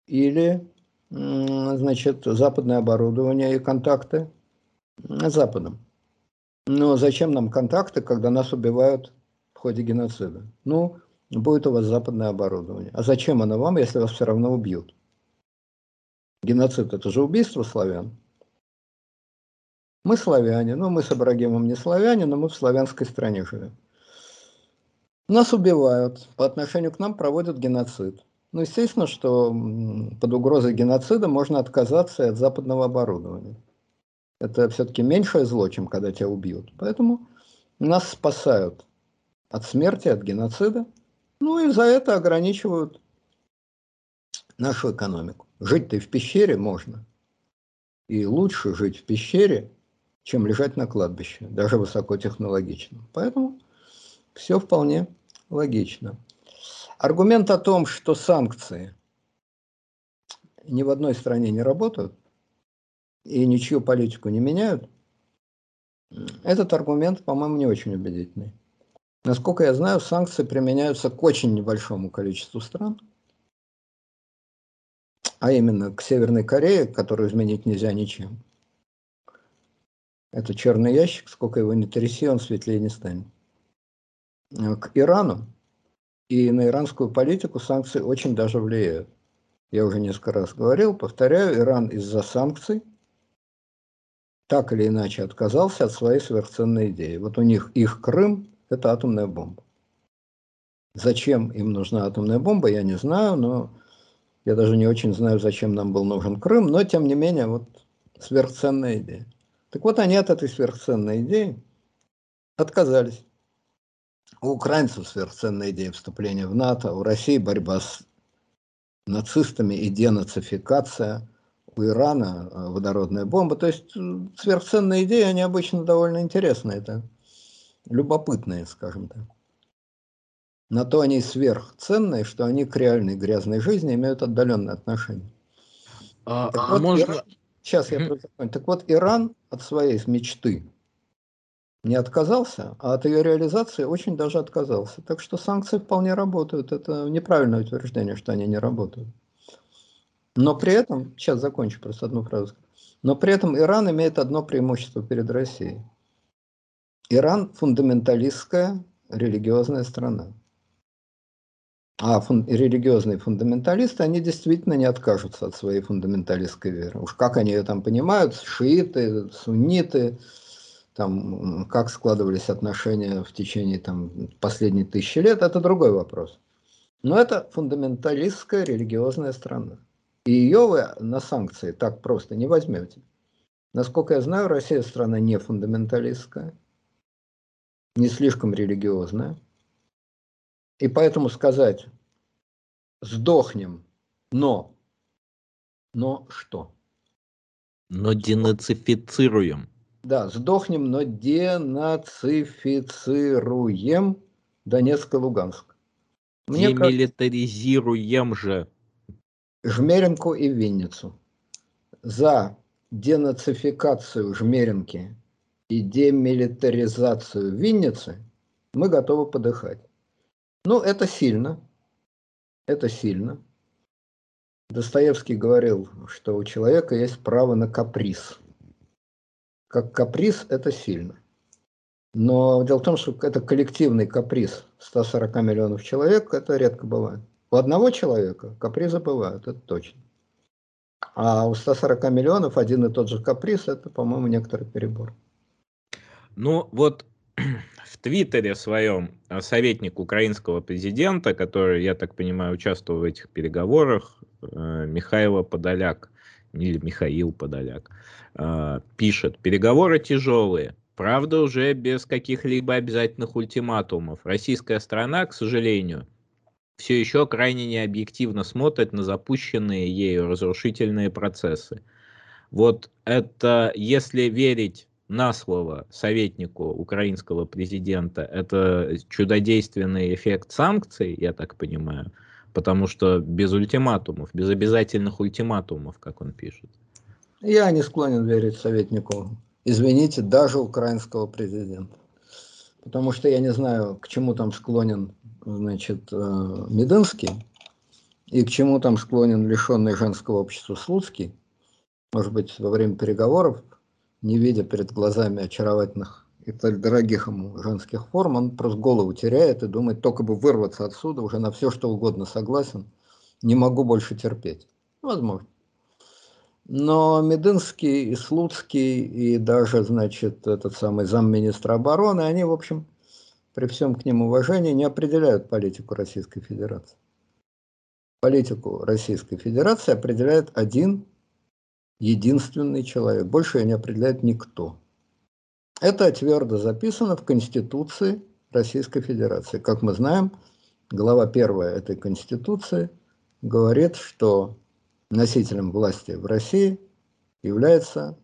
или, значит, западное оборудование и контакты с Западом. Но зачем нам контакты, когда нас убивают в ходе геноцида? Ну, будет у вас западное оборудование. А зачем оно вам, если вас все равно убьют? Геноцид – это же убийство славян. Мы славяне, ну мы с Ибрагимом не славяне, но мы в славянской стране живем. Нас убивают, по отношению к нам проводят геноцид. Ну, естественно, что под угрозой геноцида можно отказаться и от западного оборудования. Это все-таки меньшее зло, чем когда тебя убьют. Поэтому нас спасают от смерти, от геноцида. Ну и за это ограничивают нашу экономику. Жить-то и в пещере можно. И лучше жить в пещере, чем лежать на кладбище, даже высокотехнологичном. Поэтому все вполне логично. Аргумент о том, что санкции ни в одной стране не работают и ничью политику не меняют, этот аргумент, по-моему, не очень убедительный. Насколько я знаю, санкции применяются к очень небольшому количеству стран, а именно к Северной Корее, которую изменить нельзя ничем. Это черный ящик, сколько его ни тряси, он светлее не станет. К Ирану и на иранскую политику санкции очень даже влияют. Я уже несколько раз говорил, повторяю, Иран из-за санкций так или иначе отказался от своей сверхценной идеи. Вот у них их Крым – это атомная бомба. Зачем им нужна атомная бомба, я не знаю, но я даже не очень знаю, зачем нам был нужен Крым, но тем не менее, вот сверхценная идея. Так вот, они от этой сверхценной идеи отказались. У украинцев сверхценная идея вступления в НАТО, у России борьба с нацистами и денацификация, у Ирана водородная бомба. То есть сверхценные идеи, они обычно довольно интересные, это любопытные, скажем так. На то они сверхценные, что они к реальной грязной жизни имеют отдаленное отношение. А, так вот, можно... Иран... Сейчас я просто... Так вот, Иран от своей мечты не отказался, а от ее реализации очень даже отказался. Так что санкции вполне работают. Это неправильное утверждение, что они не работают. Но при этом, сейчас закончу просто одну фразу, но при этом Иран имеет одно преимущество перед Россией. Иран фундаменталистская религиозная страна. А фун, религиозные фундаменталисты, они действительно не откажутся от своей фундаменталистской веры. Уж как они ее там понимают, шииты, сунниты, там, как складывались отношения в течение там, последних тысячи лет, это другой вопрос. Но это фундаменталистская религиозная страна. И ее вы на санкции так просто не возьмете. Насколько я знаю, Россия страна не фундаменталистская, не слишком религиозная. И поэтому сказать, сдохнем, но, но что? Но денацифицируем. Да, сдохнем, но денацифицируем Донецк и Луганск. Мне Демилитаризируем же. Жмеринку и Винницу. За денацификацию Жмеринки и демилитаризацию Винницы мы готовы подыхать. Ну, это сильно. Это сильно. Достоевский говорил, что у человека есть право на каприз. Как каприз это сильно. Но дело в том, что это коллективный каприз ста сорока миллионов человек, это редко бывает. У одного человека капризы бывают, это точно. А у ста сорока миллионов один и тот же каприз, это, по-моему, некоторый перебор. Ну, вот в Твиттере своем советник украинского президента, который, я так понимаю, участвовал в этих переговорах, Михаил Подоляк, или Михаил Подоляк, пишет: переговоры тяжелые. Правда, уже без каких-либо обязательных ультиматумов. Российская сторона, к сожалению, все еще крайне необъективно смотрит на запущенные ею разрушительные процессы. Вот это, если верить на слово советнику украинского президента, это чудодейственный эффект санкций, я так понимаю, потому что без ультиматумов, без обязательных ультиматумов, как он пишет. Я не склонен верить советнику, извините, даже украинского президента. Потому что я не знаю, к чему там склонен, значит, Мединский. И к чему там склонен лишенный женского общества Слуцкий? Может быть, во время переговоров, не видя перед глазами очаровательных и так дорогих ему женских форм, он просто голову теряет и думает, только бы вырваться отсюда, уже на все что угодно согласен, не могу больше терпеть. Возможно. Но Мединский и Слуцкий, и даже, значит, этот самый замминистра обороны, они, в общем, при всем к ним уважении, не определяют политику Российской Федерации. Политику Российской Федерации определяет один единственный человек. Больше ее не определяет никто. Это твердо записано в Конституции Российской Федерации. Как мы знаем, глава первая этой Конституции говорит, что носителем власти в России является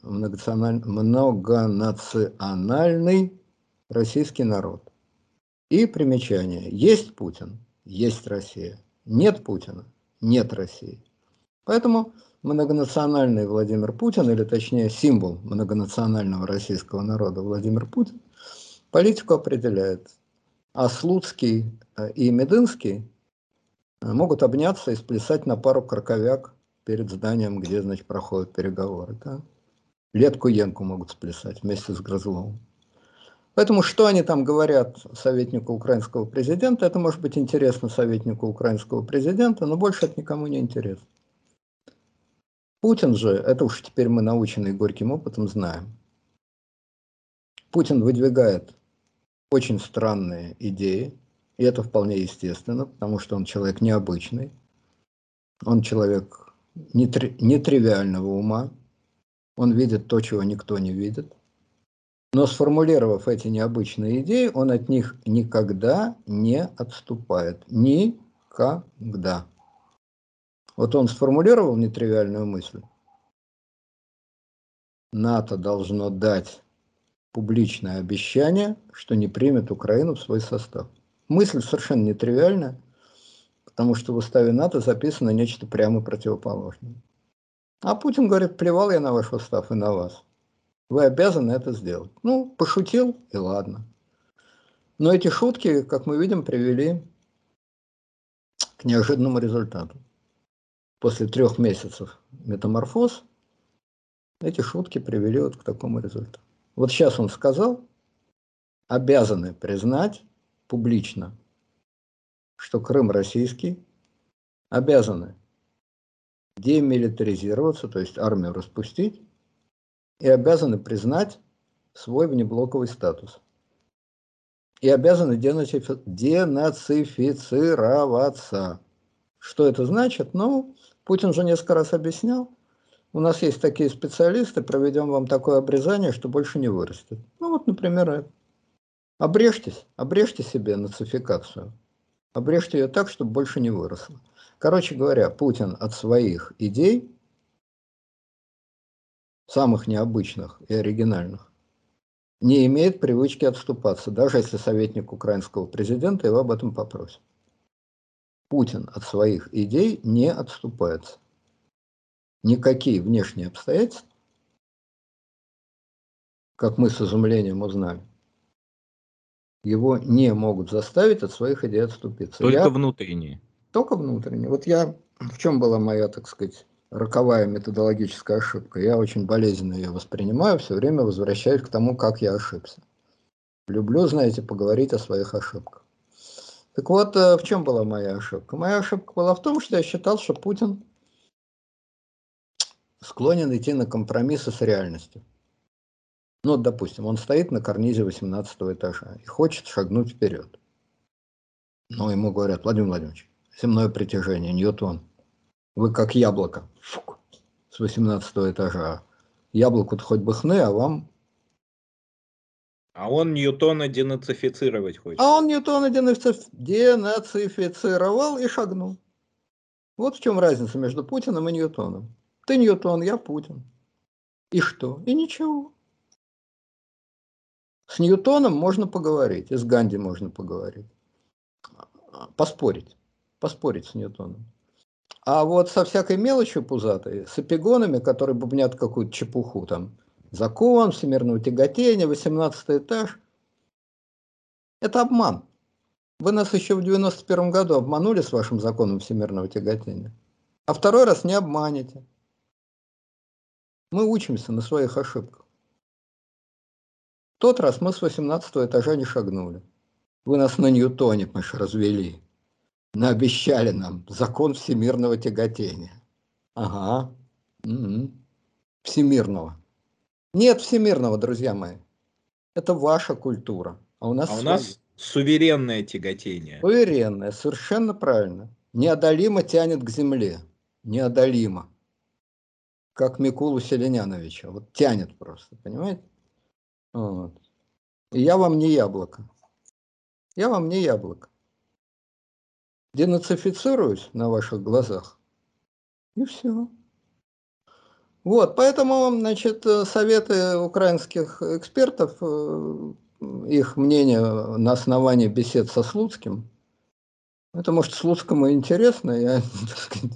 многонациональный российский народ. И примечание. Есть Путин, есть Россия. Нет Путина, нет России. Поэтому многонациональный Владимир Путин, или точнее символ многонационального российского народа Владимир Путин, политику определяет. А Слуцкий и Мединский могут обняться и сплясать на пару краковяк перед зданием, где, значит, проходят переговоры. Да? Летку-янку могут сплясать вместе с Грызловым. Поэтому что они там говорят советнику украинского президента, это может быть интересно советнику украинского президента, но больше это никому не интересно. Путин же, это уж теперь мы наученные горьким опытом знаем, Путин выдвигает очень странные идеи, и это вполне естественно, потому что он человек необычный, он человек нетривиального ума, он видит то, чего никто не видит. Но сформулировав эти необычные идеи, он от них никогда не отступает. Никогда. Вот он сформулировал нетривиальную мысль. НАТО должно дать публичное обещание, что не примет Украину в свой состав. Мысль совершенно нетривиальная, потому что в уставе НАТО записано нечто прямо противоположное. А Путин говорит, плевал я на ваш устав и на вас. Вы обязаны это сделать. Ну, пошутил, и ладно. Но эти шутки, как мы видим, привели к неожиданному результату. После трех месяцев метаморфоз эти шутки привели вот к такому результату. Вот сейчас он сказал, обязаны признать публично, что Крым российский, обязаны демилитаризироваться, то есть армию распустить, и обязаны признать свой внеблоковый статус. И обязаны денацифицироваться. Что это значит? Ну, Путин же несколько раз объяснял. У нас есть такие специалисты, проведем вам такое обрезание, что больше не вырастет. Ну вот, например, это. Обрежьтесь, обрежьте себе нацификацию. Обрежьте ее так, чтобы больше не выросло. Короче говоря, Путин от своих идей, самых необычных и оригинальных, не имеет привычки отступаться, даже если советник украинского президента его об этом попросит. Путин от своих идей не отступается. Никакие внешние обстоятельства, как мы с изумлением узнали, его не могут заставить от своих идей отступиться. Только я... внутренние. Только внутренние. Вот я, в чем была моя, так сказать, роковая методологическая ошибка? Я очень болезненно ее воспринимаю, все время возвращаюсь к тому, как я ошибся. Люблю, знаете, поговорить о своих ошибках. Так вот, в чем была моя ошибка? Моя ошибка была в том, что я считал, что Путин склонен идти на компромиссы с реальностью. Ну, вот, допустим, он стоит на карнизе восемнадцатого этажа и хочет шагнуть вперед. Но ему говорят, Владимир Владимирович, земное притяжение, Ньютон, вы как яблоко фук, с восемнадцатого этажа. Яблоку-то хоть бы хны, а вам... А он Ньютона денацифицировать хочет. А он Ньютона денацифицировал и шагнул. Вот в чем разница между Путиным и Ньютоном. Ты Ньютон, я Путин. И что? И ничего. С Ньютоном можно поговорить, и с Ганди можно поговорить. Поспорить. Поспорить с Ньютоном. А вот со всякой мелочью пузатой, с эпигонами, которые бубнят какую-то чепуху, там, закон, всемирного тяготения, восемнадцатый этаж, это обман. Вы нас еще в девяносто первом году обманули с вашим законом всемирного тяготения, а второй раз не обманете. Мы учимся на своих ошибках. В тот раз мы с восемнадцатого этажа не шагнули. Вы нас на Ньютоне, понимаешь, развели. Наобещали нам закон всемирного тяготения. Ага. Угу. Всемирного. Нет всемирного, друзья мои. Это ваша культура. А у нас А у своя. нас суверенное тяготение. Суверенная, совершенно правильно. Неодолимо тянет к земле. Неодолимо. Как Микулу Селеняновича. Вот тянет просто, понимаете? Вот. И я вам не яблоко. Я вам не яблоко. Денацифицируюсь на ваших глазах. И все. Вот, поэтому, значит, советы украинских экспертов, их мнение на основании бесед со Слуцким, это, может, Слуцкому интересно, я, так сказать,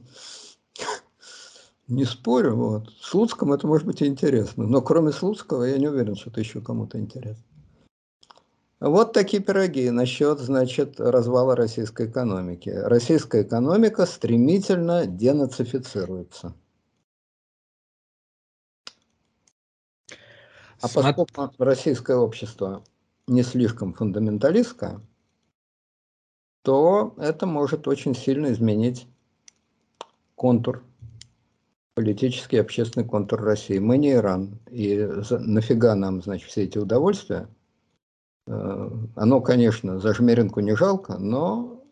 не спорю, вот. Слуцкому это может быть и интересно, но кроме Слуцкого я не уверен, что это еще кому-то интересно. Вот такие пироги насчет, значит, развала российской экономики. Российская экономика стремительно денацифицируется. А Смотри. поскольку российское общество не слишком фундаменталистское, то это может очень сильно изменить контур, политический и общественный контур России. Мы не Иран, и за, нафига нам, значит, все эти удовольствия? Э, оно, конечно, за жмеринку не жалко, но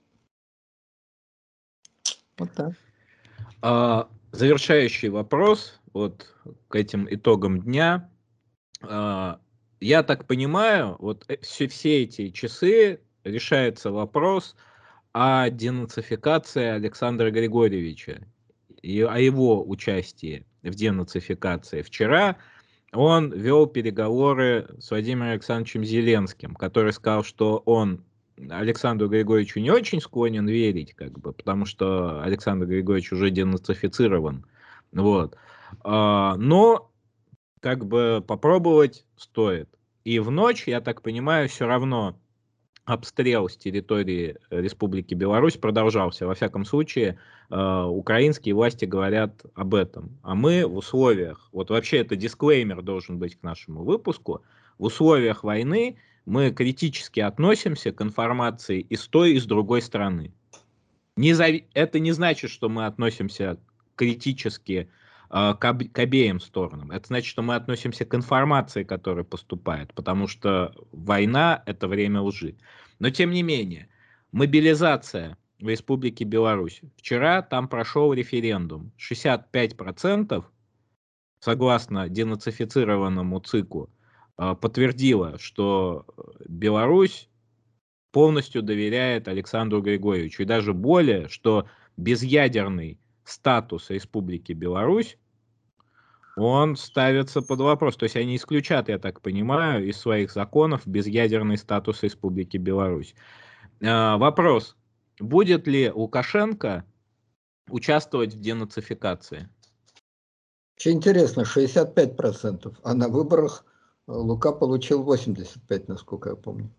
вот так. А, завершающий вопрос вот к этим итогам дня. А, я так понимаю, вот э, все, все эти часы решается вопрос о денацификации Александра Григорьевича и о его участии в денацификации. Вчера он вел переговоры с Владимиром Александровичем Зеленским, который сказал, что он Александру Григорьевичу не очень склонен верить, как бы, потому что Александр Григорьевич уже денацифицирован. Вот. А, но как бы попробовать стоит. И в ночь, я так понимаю, все равно обстрел с территории Республики Беларусь продолжался. Во всяком случае, э, украинские власти говорят об этом. А мы в условиях, вот вообще это дисклеймер должен быть к нашему выпуску, в условиях войны мы критически относимся к информации и с той, и с другой стороны. Не зави... Это не значит, что мы относимся критически э, к, об... к обеим сторонам. Это значит, что мы относимся к информации, которая поступает, потому что война – это время лжи. Но тем не менее, мобилизация в Республике Беларусь. Вчера там прошел референдум. шестьдесят пять процентов, согласно денацифицированному ЦИКу, э, подтвердило, что Беларусь полностью доверяет Александру Григорьевичу. И даже более, что безъядерный статус Республики Беларусь, он ставится под вопрос. То есть они исключат, я так понимаю, из своих законов безъядерный статус Республики Беларусь. А, вопрос. Будет ли Лукашенко участвовать в денацификации? Очень интересно, шестьдесят пять процентов, а на выборах Лука получил восемьдесят пять процентов, насколько я помню.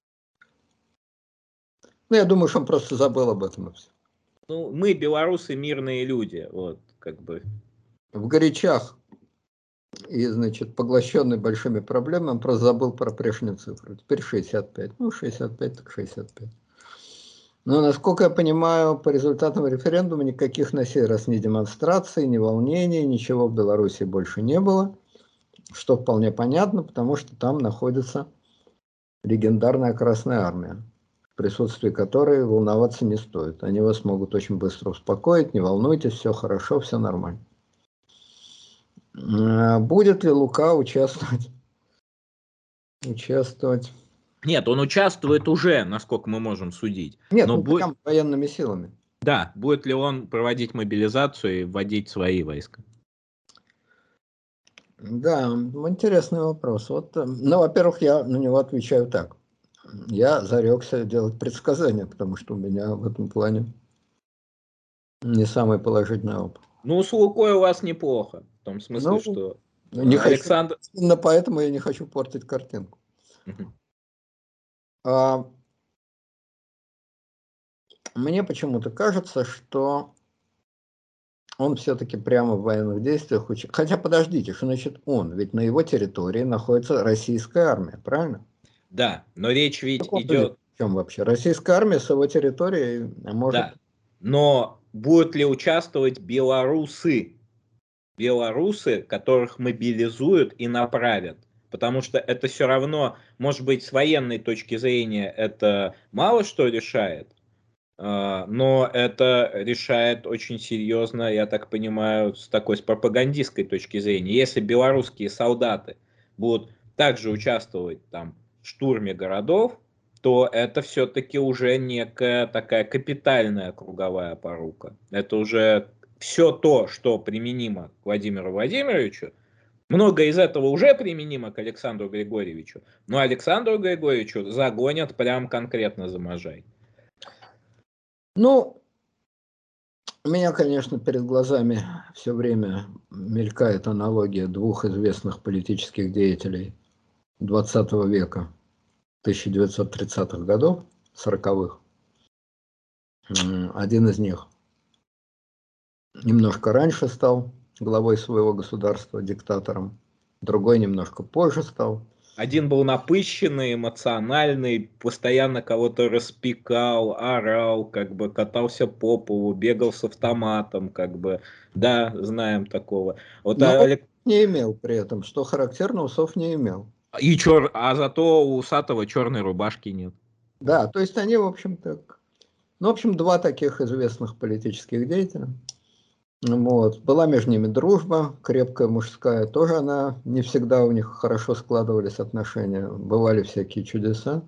Ну, я думаю, что он просто забыл об этом и все. Ну, мы, белорусы, мирные люди. Вот, как бы. В горячах и, значит, поглощенный большими проблемами, он просто забыл про прежнюю цифру. Теперь шестьдесят пять. Ну, шестьдесят пять так шестьдесят пять. Но, насколько я понимаю, по результатам референдума никаких на сей раз ни демонстраций, ни волнений, ничего в Беларуси больше не было. Что вполне понятно, потому что там находится легендарная Красная Армия, в присутствии которой волноваться не стоит. Они вас могут очень быстро успокоить, не волнуйтесь, все хорошо, все нормально. Будет ли Лука участвовать? Участвовать? Нет, он участвует уже, насколько мы можем судить. Нет, Но ну будет... прям военными силами. Да, будет ли он проводить мобилизацию и вводить свои войска? Да, интересный вопрос. Вот, ну, во-первых, я на него отвечаю так. Я зарекся делать предсказания, потому что у меня в этом плане не самый положительный опыт. Ну, с Лукой у вас неплохо. В том смысле, Ну, что не хочу. Александр... Именно поэтому я не хочу портить картинку. Мгм. А мне почему-то кажется, что он все-таки прямо в военных действиях участвует. Хотя подождите, что значит он? Ведь на его территории находится российская армия, правильно? Да, но речь ведь Как он будет? идет... В чем вообще? Российская армия с его территории может... Да, но будут ли участвовать белорусы? Белорусы, которых мобилизуют и направят. Потому что это все равно, может быть, с военной точки зрения это мало что решает, но это решает очень серьезно, я так понимаю, с такой с пропагандистской точки зрения. Если белорусские солдаты будут также участвовать там, в штурме городов, то это все-таки уже некая такая капитальная круговая порука. Это уже все то, что применимо к Владимиру Владимировичу. Многое из этого уже применимо к Александру Григорьевичу, но Александру Григорьевичу загонят прям конкретно за Можай. Ну, у меня, конечно, перед глазами все время мелькает аналогия двух известных политических деятелей двадцатого века, тысяча девятьсот тридцатых годов, сороковых. Один из них немножко раньше стал главой своего государства, диктатором, другой немножко позже стал. Один был напыщенный, эмоциональный, постоянно кого-то распекал, орал, как бы катался по полу, бегал с автоматом, как бы, да, знаем такого. Вот Но Олег... не имел при этом, что характерно, усов не имел. И чер... А зато у Усатого черной рубашки нет. Да, то есть они, в общем-то, ну, в общем, два таких известных политических деятеля. Вот. Была между ними дружба, крепкая мужская, тоже она, не всегда у них хорошо складывались отношения, бывали всякие чудеса.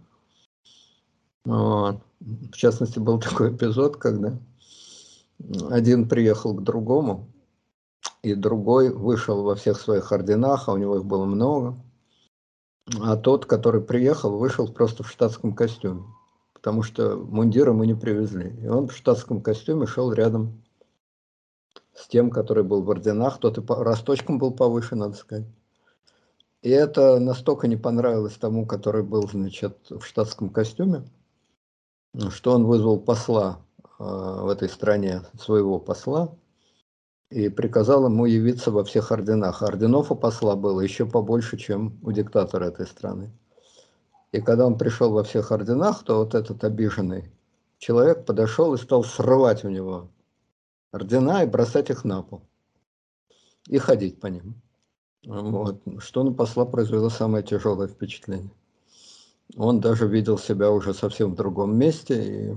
Вот. В частности, был такой эпизод, когда один приехал к другому, и другой вышел во всех своих орденах, а у него их было много, а тот, который приехал, вышел просто в штатском костюме, потому что мундира мы не привезли. И он в штатском костюме шел рядом с тем, который был в орденах, тот и по росточком был повыше, надо сказать. И это настолько не понравилось тому, который был, значит, в штатском костюме, что он вызвал посла э, в этой стране, своего посла, и приказал ему явиться во всех орденах. Орденов у посла было еще побольше, чем у диктатора этой страны. И когда он пришел во всех орденах, то вот этот обиженный человек подошел и стал срывать у него ордена и бросать их на пол. И ходить по ним. Вот. Что на посла произвело самое тяжелое впечатление. Он даже видел себя уже совсем в другом месте и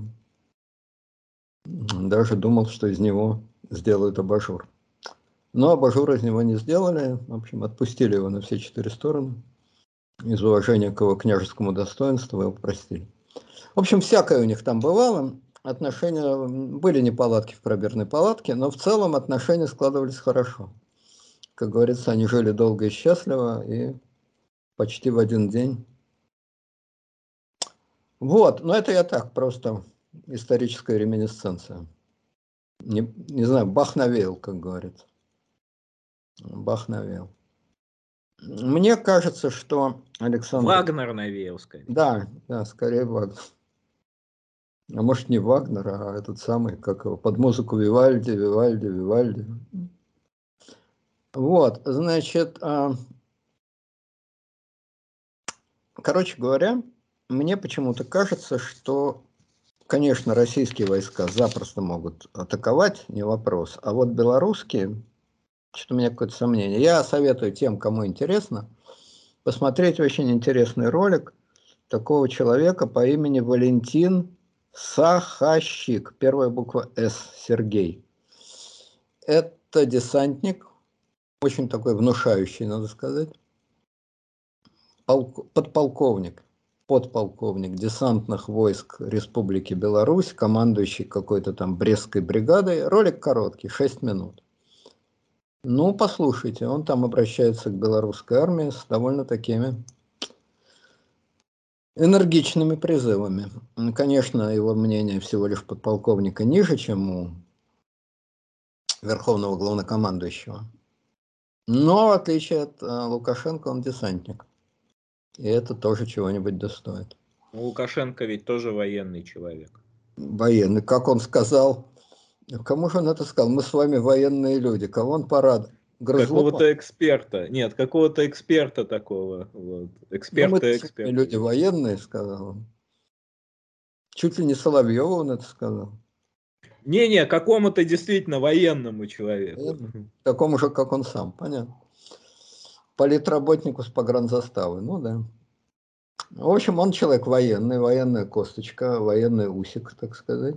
даже думал, что из него сделают абажур. Но абажур из него не сделали. В общем, отпустили его на все четыре стороны. Из уважения к его княжескому достоинству его простили. В общем, всякое у них там бывало. Отношения, были неполадки в пробирной палатке, но в целом отношения складывались хорошо. Как говорится, они жили долго и счастливо, и почти в один день. Вот, но это я так, просто историческая реминисценция. Не, не знаю, Бах навеял, как говорится. Бах навеял. Мне кажется, что Александр... Вагнер навеял, скорее. Да, да, скорее Вагнер. А может не Вагнер, а этот самый, как его, под музыку Вивальди, Вивальди, Вивальди. Вот, значит, а... короче говоря, мне почему-то кажется, что, конечно, российские войска запросто могут атаковать, не вопрос, а вот белорусские, что-то у меня какое-то сомнение. Я советую тем, кому интересно, посмотреть очень интересный ролик такого человека по имени Валентин Сахащик. Первая буква «С», Сергей. Это десантник, очень такой внушающий, надо сказать. Полк... Подполковник, подполковник десантных войск Республики Беларусь, командующий какой-то там Брестской бригадой. Ролик короткий, шесть минут. Ну, послушайте, он там обращается к белорусской армии с довольно такими энергичными призывами. Конечно, его мнение всего лишь подполковника ниже, чем у верховного главнокомандующего. Но, в отличие от а, Лукашенко, он десантник. И это тоже чего-нибудь достоит. Лукашенко ведь тоже военный человек. военный, как он сказал, кому же он это сказал? Мы с вами военные люди. Кого он порадовал? Какого-то эксперта. Нет, какого-то эксперта такого. Вот. Ну, мы Эксперты, эксперты. люди военные, сказал он. Чуть ли не Соловьеву он это сказал. Не-не, какому-то действительно военному человеку. Военному. Такому же, как он сам, понятно. Политработнику с погранзаставы, ну да. В общем, он человек военный, военная косточка, военный усик, так сказать.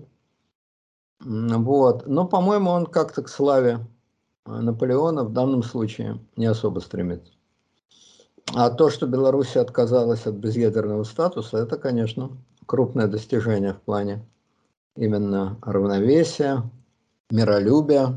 Вот. Но, по-моему, он как-то к славе Наполеона в данном случае не особо стремится. А то, что Беларусь отказалась от безъядерного статуса, это, конечно, крупное достижение в плане именно равновесия, миролюбия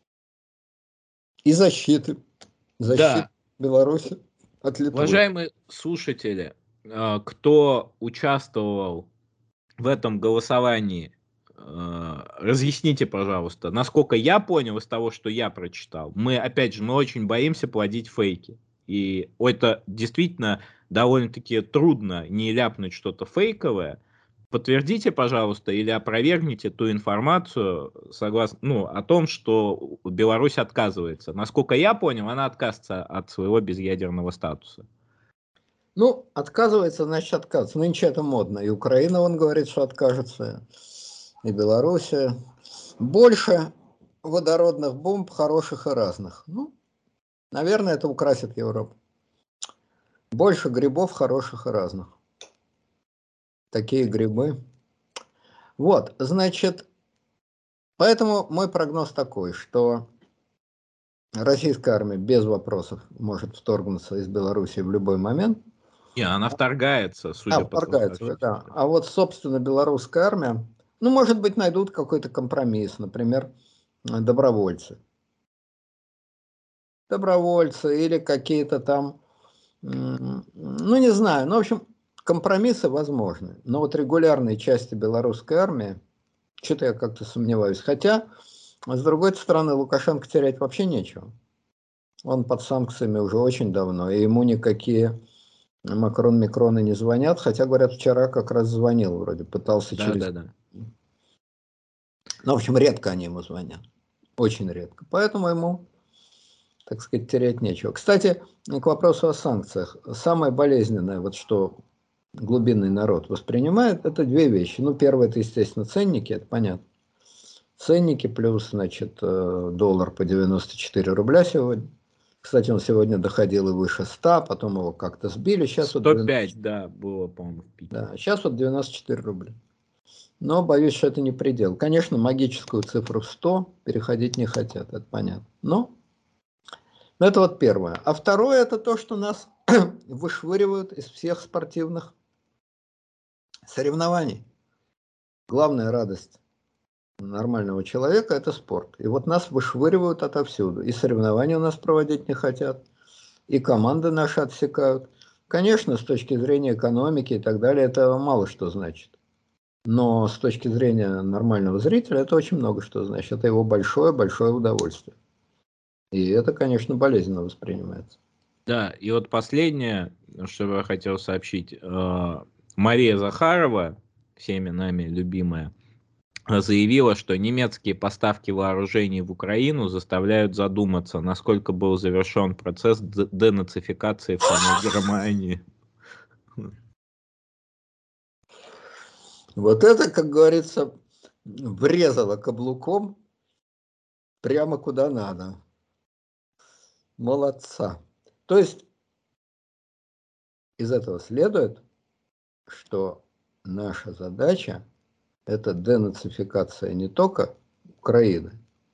и защиты. Защиты Да. Беларуси от Литвы. Уважаемые слушатели, кто участвовал в этом голосовании, разъясните, пожалуйста, насколько я понял из того, что я прочитал, мы, опять же, мы очень боимся плодить фейки. И это действительно довольно-таки трудно не ляпнуть что-то фейковое. Подтвердите, пожалуйста, или опровергните ту информацию согласно, ну, о том, что Беларусь отказывается. Насколько я понял, она отказывается от своего безъядерного статуса. Ну, отказывается, значит отказывается. Нынче это модно. И Украина, он говорит, что откажется, и Белоруссия. Больше водородных бомб, хороших и разных. Ну, наверное, это украсит Европу. Больше грибов, хороших и разных. Такие грибы. Вот, значит, поэтому мой прогноз такой, что российская армия без вопросов может вторгнуться из Белоруссии в любой момент. Не, она вторгается, судя А, по вторгается, да. А вот, собственно, белорусская армия, ну, может быть, найдут какой-то компромисс, например, добровольцы. Добровольцы или какие-то там, ну, не знаю, ну, в общем, компромиссы возможны. Но вот регулярные части белорусской армии, что-то я как-то сомневаюсь. Хотя, с другой стороны, Лукашенко терять вообще нечего. Он под санкциями уже очень давно, и ему никакие Макрон, Микроны не звонят, хотя, говорят, вчера как раз звонил вроде, пытался Да, через... да, да. Ну, в общем, редко они ему звонят, очень редко. Поэтому ему, так сказать, терять нечего. Кстати, к вопросу о санкциях. Самое болезненное, вот что глубинный народ воспринимает, это две вещи. Ну, первое, это, естественно, ценники, это понятно. Ценники плюс, значит, доллар по девяносто четыре рубля сегодня. Кстати, он сегодня доходил и выше ста, потом его как-то сбили. Сейчас сто вот пять, девяносто... да, было, по-моему, в пике. Да, сейчас вот девяносто четыре рубля. Но боюсь, что это не предел. Конечно, магическую цифру сто переходить не хотят, это понятно. Но, но это вот первое. А второе, это то, что нас вышвыривают из всех спортивных соревнований. Главная радость нормального человека – это спорт. И вот нас вышвыривают отовсюду. И соревнования у нас проводить не хотят, и команды наши отсекают. Конечно, с точки зрения экономики и так далее, это мало что значит. Но с точки зрения нормального зрителя это очень много что значит. Это его большое-большое удовольствие. И это, конечно, болезненно воспринимается. Да, и вот последнее, что я хотел сообщить. Мария Захарова, всеми нами любимая, заявила, что немецкие поставки вооружений в Украину заставляют задуматься, насколько был завершен процесс денацификации в самой Германии. Вот это, как говорится, врезало каблуком прямо куда надо. Молодца. То есть из этого следует, что наша задача – это денацификация не только Украины,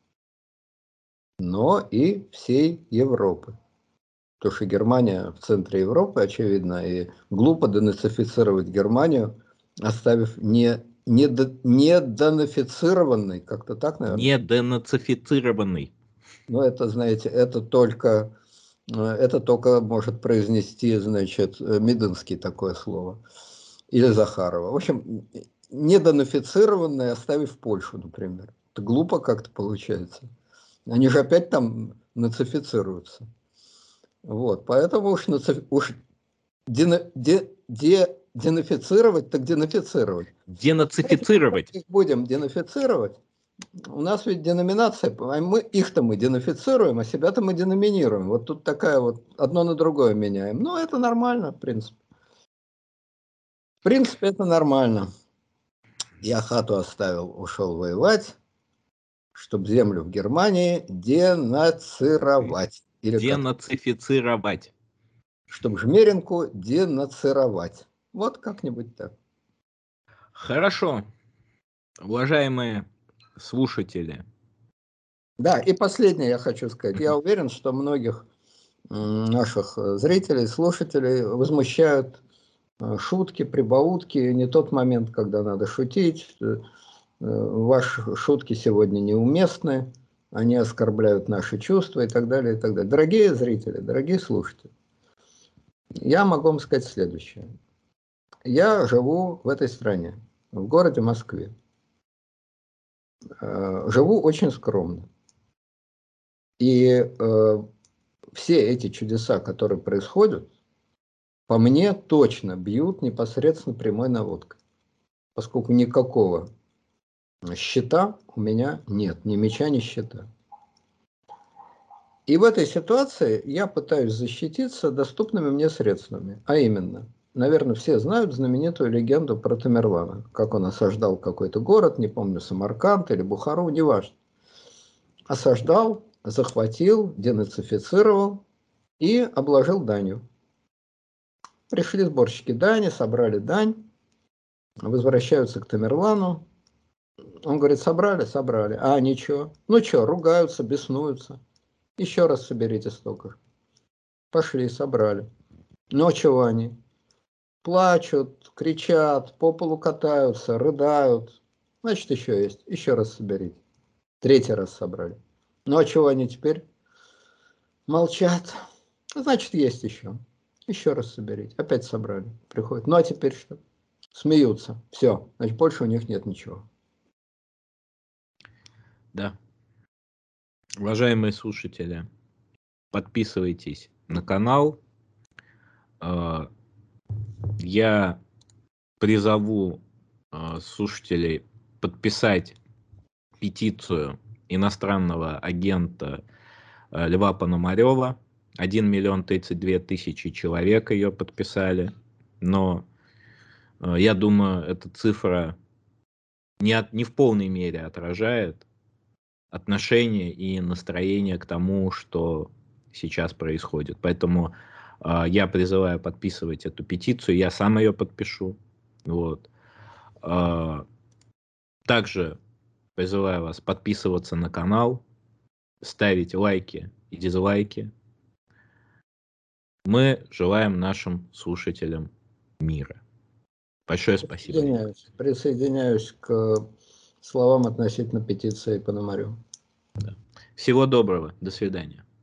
но и всей Европы. Потому что Германия в центре Европы, очевидно, и глупо денацифицировать Германию, оставив не, не, не денацифицированной, как-то так, наверное. Не денацифицированный. Ну, это, знаете, это только, это только может произнести, значит, Мединский такое слово. Или Захарова. В общем, не денацифицированной, оставив Польшу, например. Это глупо как-то получается. Они же опять там нацифицируются. Вот, поэтому уж, наци... уж дена... де... де... денацифицировать, так денацифицировать. Денацифицировать. Их будем денацифицировать. У нас ведь деноминация, мы их-то мы денацифицируем, а себя-то мы деноминируем. Вот тут такая вот, одно на другое меняем. Ну, это нормально, в принципе. В принципе, это нормально. Я хату оставил, ушел воевать, чтобы землю в Германии денацировать. Или денацифицировать. Чтобы жмеринку денацировать. Вот как-нибудь так. Хорошо. Уважаемые слушатели. Да, и последнее я хочу сказать. Я уверен, что многих наших зрителей, слушателей возмущают шутки, прибаутки, не тот момент, когда надо шутить. Ваши шутки сегодня неуместны, они оскорбляют наши чувства и так далее, и так далее. Дорогие зрители, дорогие слушатели, я могу вам сказать следующее. Я живу в этой стране, в городе Москве. Живу очень скромно. И э, все эти чудеса, которые происходят, по мне точно бьют непосредственно прямой наводкой. Поскольку никакого щита у меня нет, ни меча, ни щита. И в этой ситуации я пытаюсь защититься доступными мне средствами. А именно, наверное, все знают знаменитую легенду про Тамерлана. Как он осаждал какой-то город, не помню, Самарканд или Бухару, неважно. Осаждал, захватил, денацифицировал и обложил данью. Пришли сборщики дани, собрали дань, возвращаются к Тамерлану. Он говорит, собрали? Собрали. А, ничего. Ну что, ругаются, беснуются. Еще раз соберите столько. Пошли, собрали. Ну, чего они? Плачут, кричат, по полу катаются, рыдают. Значит, еще есть. Еще раз соберите. Третий раз собрали. Ну, а чего они теперь? Молчат. Значит, есть еще. Еще раз соберите. Опять собрали. Приходят. Ну, а теперь что? Смеются. Все. Значит, больше у них нет ничего. Да. Уважаемые слушатели, подписывайтесь на канал. Я призову слушателей подписать петицию иностранного агента Льва Пономарева. один миллион тридцать две тысячи человек ее подписали. Но я думаю, эта цифра не, от, не в полной мере отражает отношение и настроение к тому, что сейчас происходит. Поэтому э, я призываю подписывать эту петицию, я сам ее подпишу. Вот. Э, также призываю вас подписываться на канал, ставить лайки и дизлайки. Мы желаем нашим слушателям мира. Большое спасибо. Присоединяюсь, присоединяюсь к словам относительно петиции Пономарёва. Да. Всего доброго. До свидания.